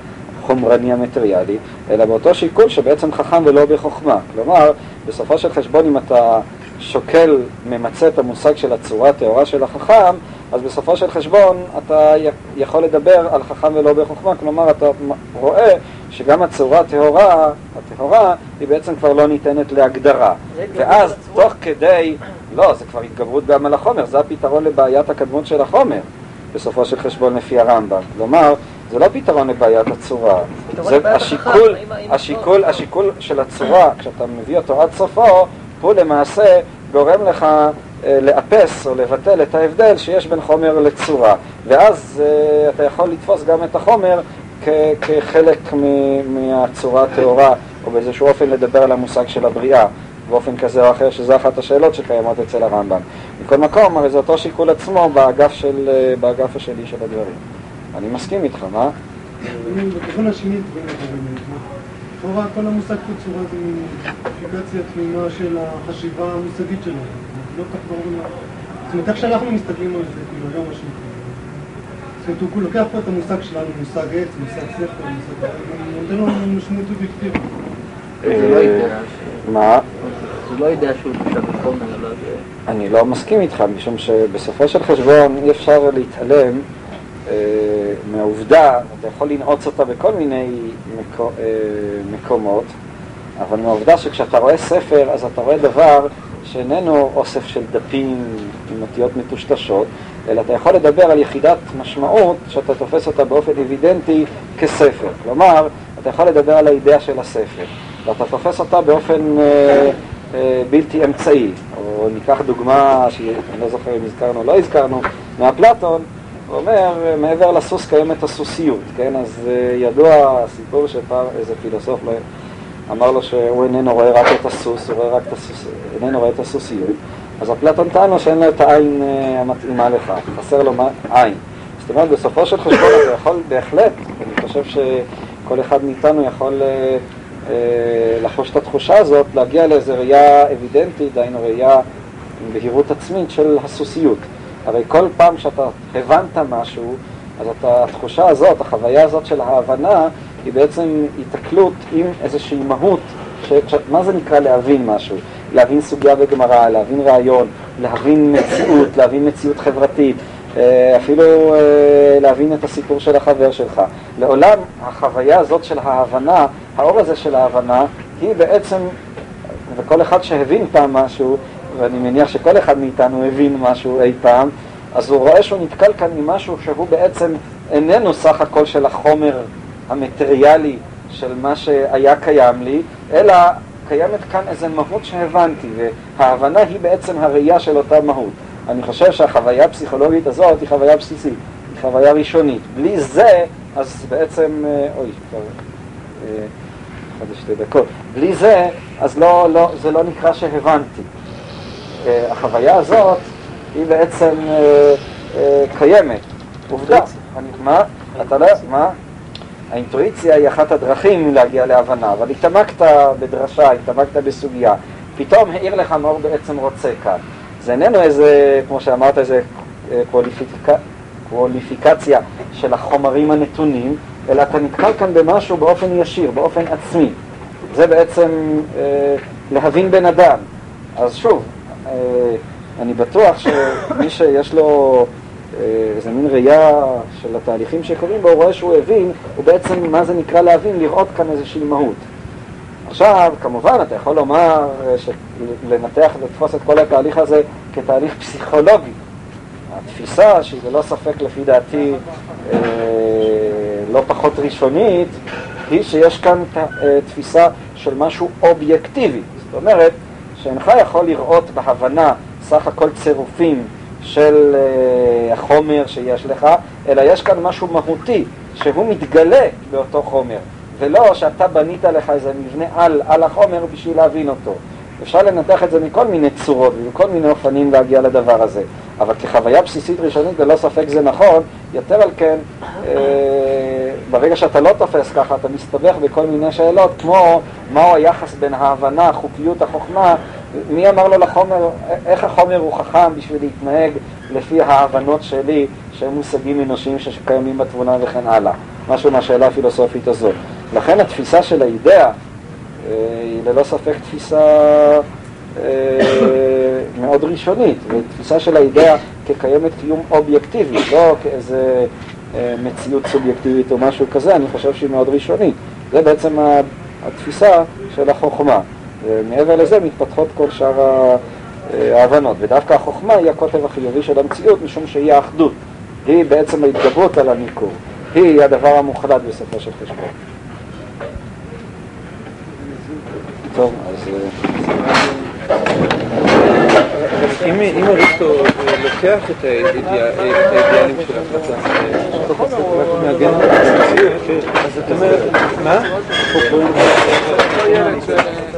החומרני המטריאלי, אלא באותו שיקול שבעצם חכם ולא בחוכמה. כלומר, בסופו של חשבון, אם אתה שוקל, ממצא את המושג של הצורה הטהורה של החכם, אז בסופו של חשבון אתה יכול לדבר על חכם ולא בחוכמה, כלומר אתה רואה שגם הצורה הטהורה, הטהורה היא בעצם כבר לא ניתנת להגדרה. ואז תוך כדי, לא, זה כבר התגברות גם על החומר, זה הפתרון לבעיית הקדמות של החומר, בסופו של חשבון לפי הרמב"ם. כלומר, זה לא פתרון לבעיית הצורה, זה השיקול, השיקול, השיקול של הצורה, כשאתה מביא אותו עד סופו, הוא למעשה גורם לך לאפס או לבטל את ההבדל שיש בין חומר לצורה, ואז uh, אתה יכול לתפוס גם את החומר כ- כחלק מ- מהצורה הטהורה, או באיזשהו אופן לדבר על המושג של הבריאה באופן כזה או אחר, שזו אחת השאלות שקיימות אצל הרמב"ם. מכל מקום, הרי זה אותו שיקול עצמו באגף, של, באגף השני של הדברים. אני מסכים איתך, מה? בכיוון השני, לכאורה כל המושג של צורה זה אינדיקציה תמימה של החשיבה המושגית שלנו. לא כך ברור לנו. זאת אומרת, איך שאנחנו מסתכלים על זה, כאילו, לא משהו. זאת אומרת, הוא לוקח פה את המושג שלנו, מושג עץ, מושג ספר, מושג... הוא נותן לו משמעות אובייקטיבית. זה לא ידע ש... מה? זה לא ידע שהוא תושב בחומר, אלא זה... אני לא מסכים איתך, משום שבסופו של חשבון אי אפשר להתעלם מהעובדה, אתה יכול לנעוץ אותה בכל מיני מקו, מקומות, אבל מהעובדה שכשאתה רואה ספר, אז אתה רואה דבר שאיננו אוסף של דפים עם אותיות מטושטשות, אלא אתה יכול לדבר על יחידת משמעות שאתה תופס אותה באופן אבידנטי כספר. כלומר, אתה יכול לדבר על האידאה של הספר, ואתה תופס אותה באופן אה, אה, בלתי אמצעי. או ניקח דוגמה שאני לא זוכר אם הזכרנו או לא הזכרנו, מאפלטון, הוא אומר, מעבר לסוס קיימת הסוסיות, כן? אז אה, ידוע הסיפור שפעם איזה פילוסוף לא... אמר לו שהוא איננו רואה רק את הסוס, הוא רואה רק את הסוס, איננו רואה את הסוסיות. אז אפלטון טען לו שאין לו את העין המתאימה לך, חסר לו עין. זאת אומרת, בסופו של חשבון אתה יכול בהחלט, אני חושב שכל אחד מאיתנו יכול לחוש את התחושה הזאת, להגיע לאיזו ראייה אבידנטית, דהיינו ראייה עם בהירות עצמית של הסוסיות. הרי כל פעם שאתה הבנת משהו, אז אתה, התחושה הזאת, החוויה הזאת של ההבנה, היא בעצם התקלות עם איזושהי מהות, ש... מה זה נקרא להבין משהו? להבין סוגיה בגמרא, להבין רעיון, להבין מציאות, להבין מציאות חברתית, אפילו להבין את הסיפור של החבר שלך. לעולם החוויה הזאת של ההבנה, האור הזה של ההבנה, היא בעצם, וכל אחד שהבין פעם משהו, ואני מניח שכל אחד מאיתנו הבין משהו אי פעם, אז הוא רואה שהוא נתקל כאן עם משהו שהוא בעצם איננו סך הכל של החומר המטריאלי של מה שהיה קיים לי, אלא קיימת כאן איזו מהות שהבנתי, וההבנה היא בעצם הראייה של אותה מהות. אני חושב שהחוויה הפסיכולוגית הזאת היא חוויה בסיסית, היא חוויה ראשונית. בלי זה, אז בעצם, אוי, כבר, אחד שתי דקות. בלי זה, אז לא, לא, זה לא נקרא שהבנתי. החוויה הזאת היא בעצם אה, אה, קיימת. עובדה. אני, מה? אתה לא, מה? האינטואיציה היא אחת הדרכים להגיע להבנה, אבל התעמקת בדרשה, התעמקת בסוגיה, פתאום העיר לך מה הוא בעצם רוצה כאן. זה איננו איזה, כמו שאמרת, איזה קואליפיקציה, קואליפיקציה של החומרים הנתונים, אלא אתה נתקל כאן במשהו באופן ישיר, באופן עצמי. זה בעצם אה, להבין בן אדם. אז שוב, אה, אני בטוח שמי שיש לו איזה מין ראייה של התהליכים שקורים בו, הוא רואה שהוא הבין, הוא בעצם, מה זה נקרא להבין, לראות כאן איזושהי מהות. עכשיו, כמובן, אתה יכול לומר, לנתח ולתפוס את כל התהליך הזה כתהליך פסיכולוגי. התפיסה, שזה לא ספק לפי דעתי אה, לא פחות ראשונית, היא שיש כאן ת, אה, תפיסה של משהו אובייקטיבי. זאת אומרת, שאינך יכול לראות בהבנה סך הכל צירופים של uh, החומר שיש לך, אלא יש כאן משהו מהותי שהוא מתגלה באותו חומר, ולא שאתה בנית לך איזה מבנה על, על החומר בשביל להבין אותו. אפשר לנתח את זה מכל מיני צורות ומכל מיני אופנים להגיע לדבר הזה, אבל כחוויה בסיסית ראשונית ללא ספק זה נכון. יותר על כן, אה, ברגע שאתה לא תופס ככה, אתה מסתבך בכל מיני שאלות, כמו מהו היחס בין ההבנה, החוקיות, החוכמה, מי אמר לו לחומר, איך החומר הוא חכם בשביל להתנהג לפי ההבנות שלי, שהם מושגים אנושיים שקיימים בתבונה וכן הלאה. משהו מהשאלה הפילוסופית הזאת. לכן התפיסה של האידאה היא ללא ספק תפיסה מאוד ראשונית, ותפיסה של האידאה כקיימת קיום אובייקטיבי, לא כאיזה מציאות סובייקטיבית או משהו כזה, אני חושב שהיא מאוד ראשונית. זה בעצם התפיסה של החוכמה, ומעבר לזה מתפתחות כל שאר ההבנות, ודווקא החוכמה היא הקוטב החיובי של המציאות, משום שהיא האחדות, היא בעצם ההתגברות על הניכור, היא הדבר המוחלט בסופו של חשבון. טוב, אז אם אריסטו לוקח את האידיאלים של הפרטה, הוא מעגן את המציאות, אז אתה אומר, מה?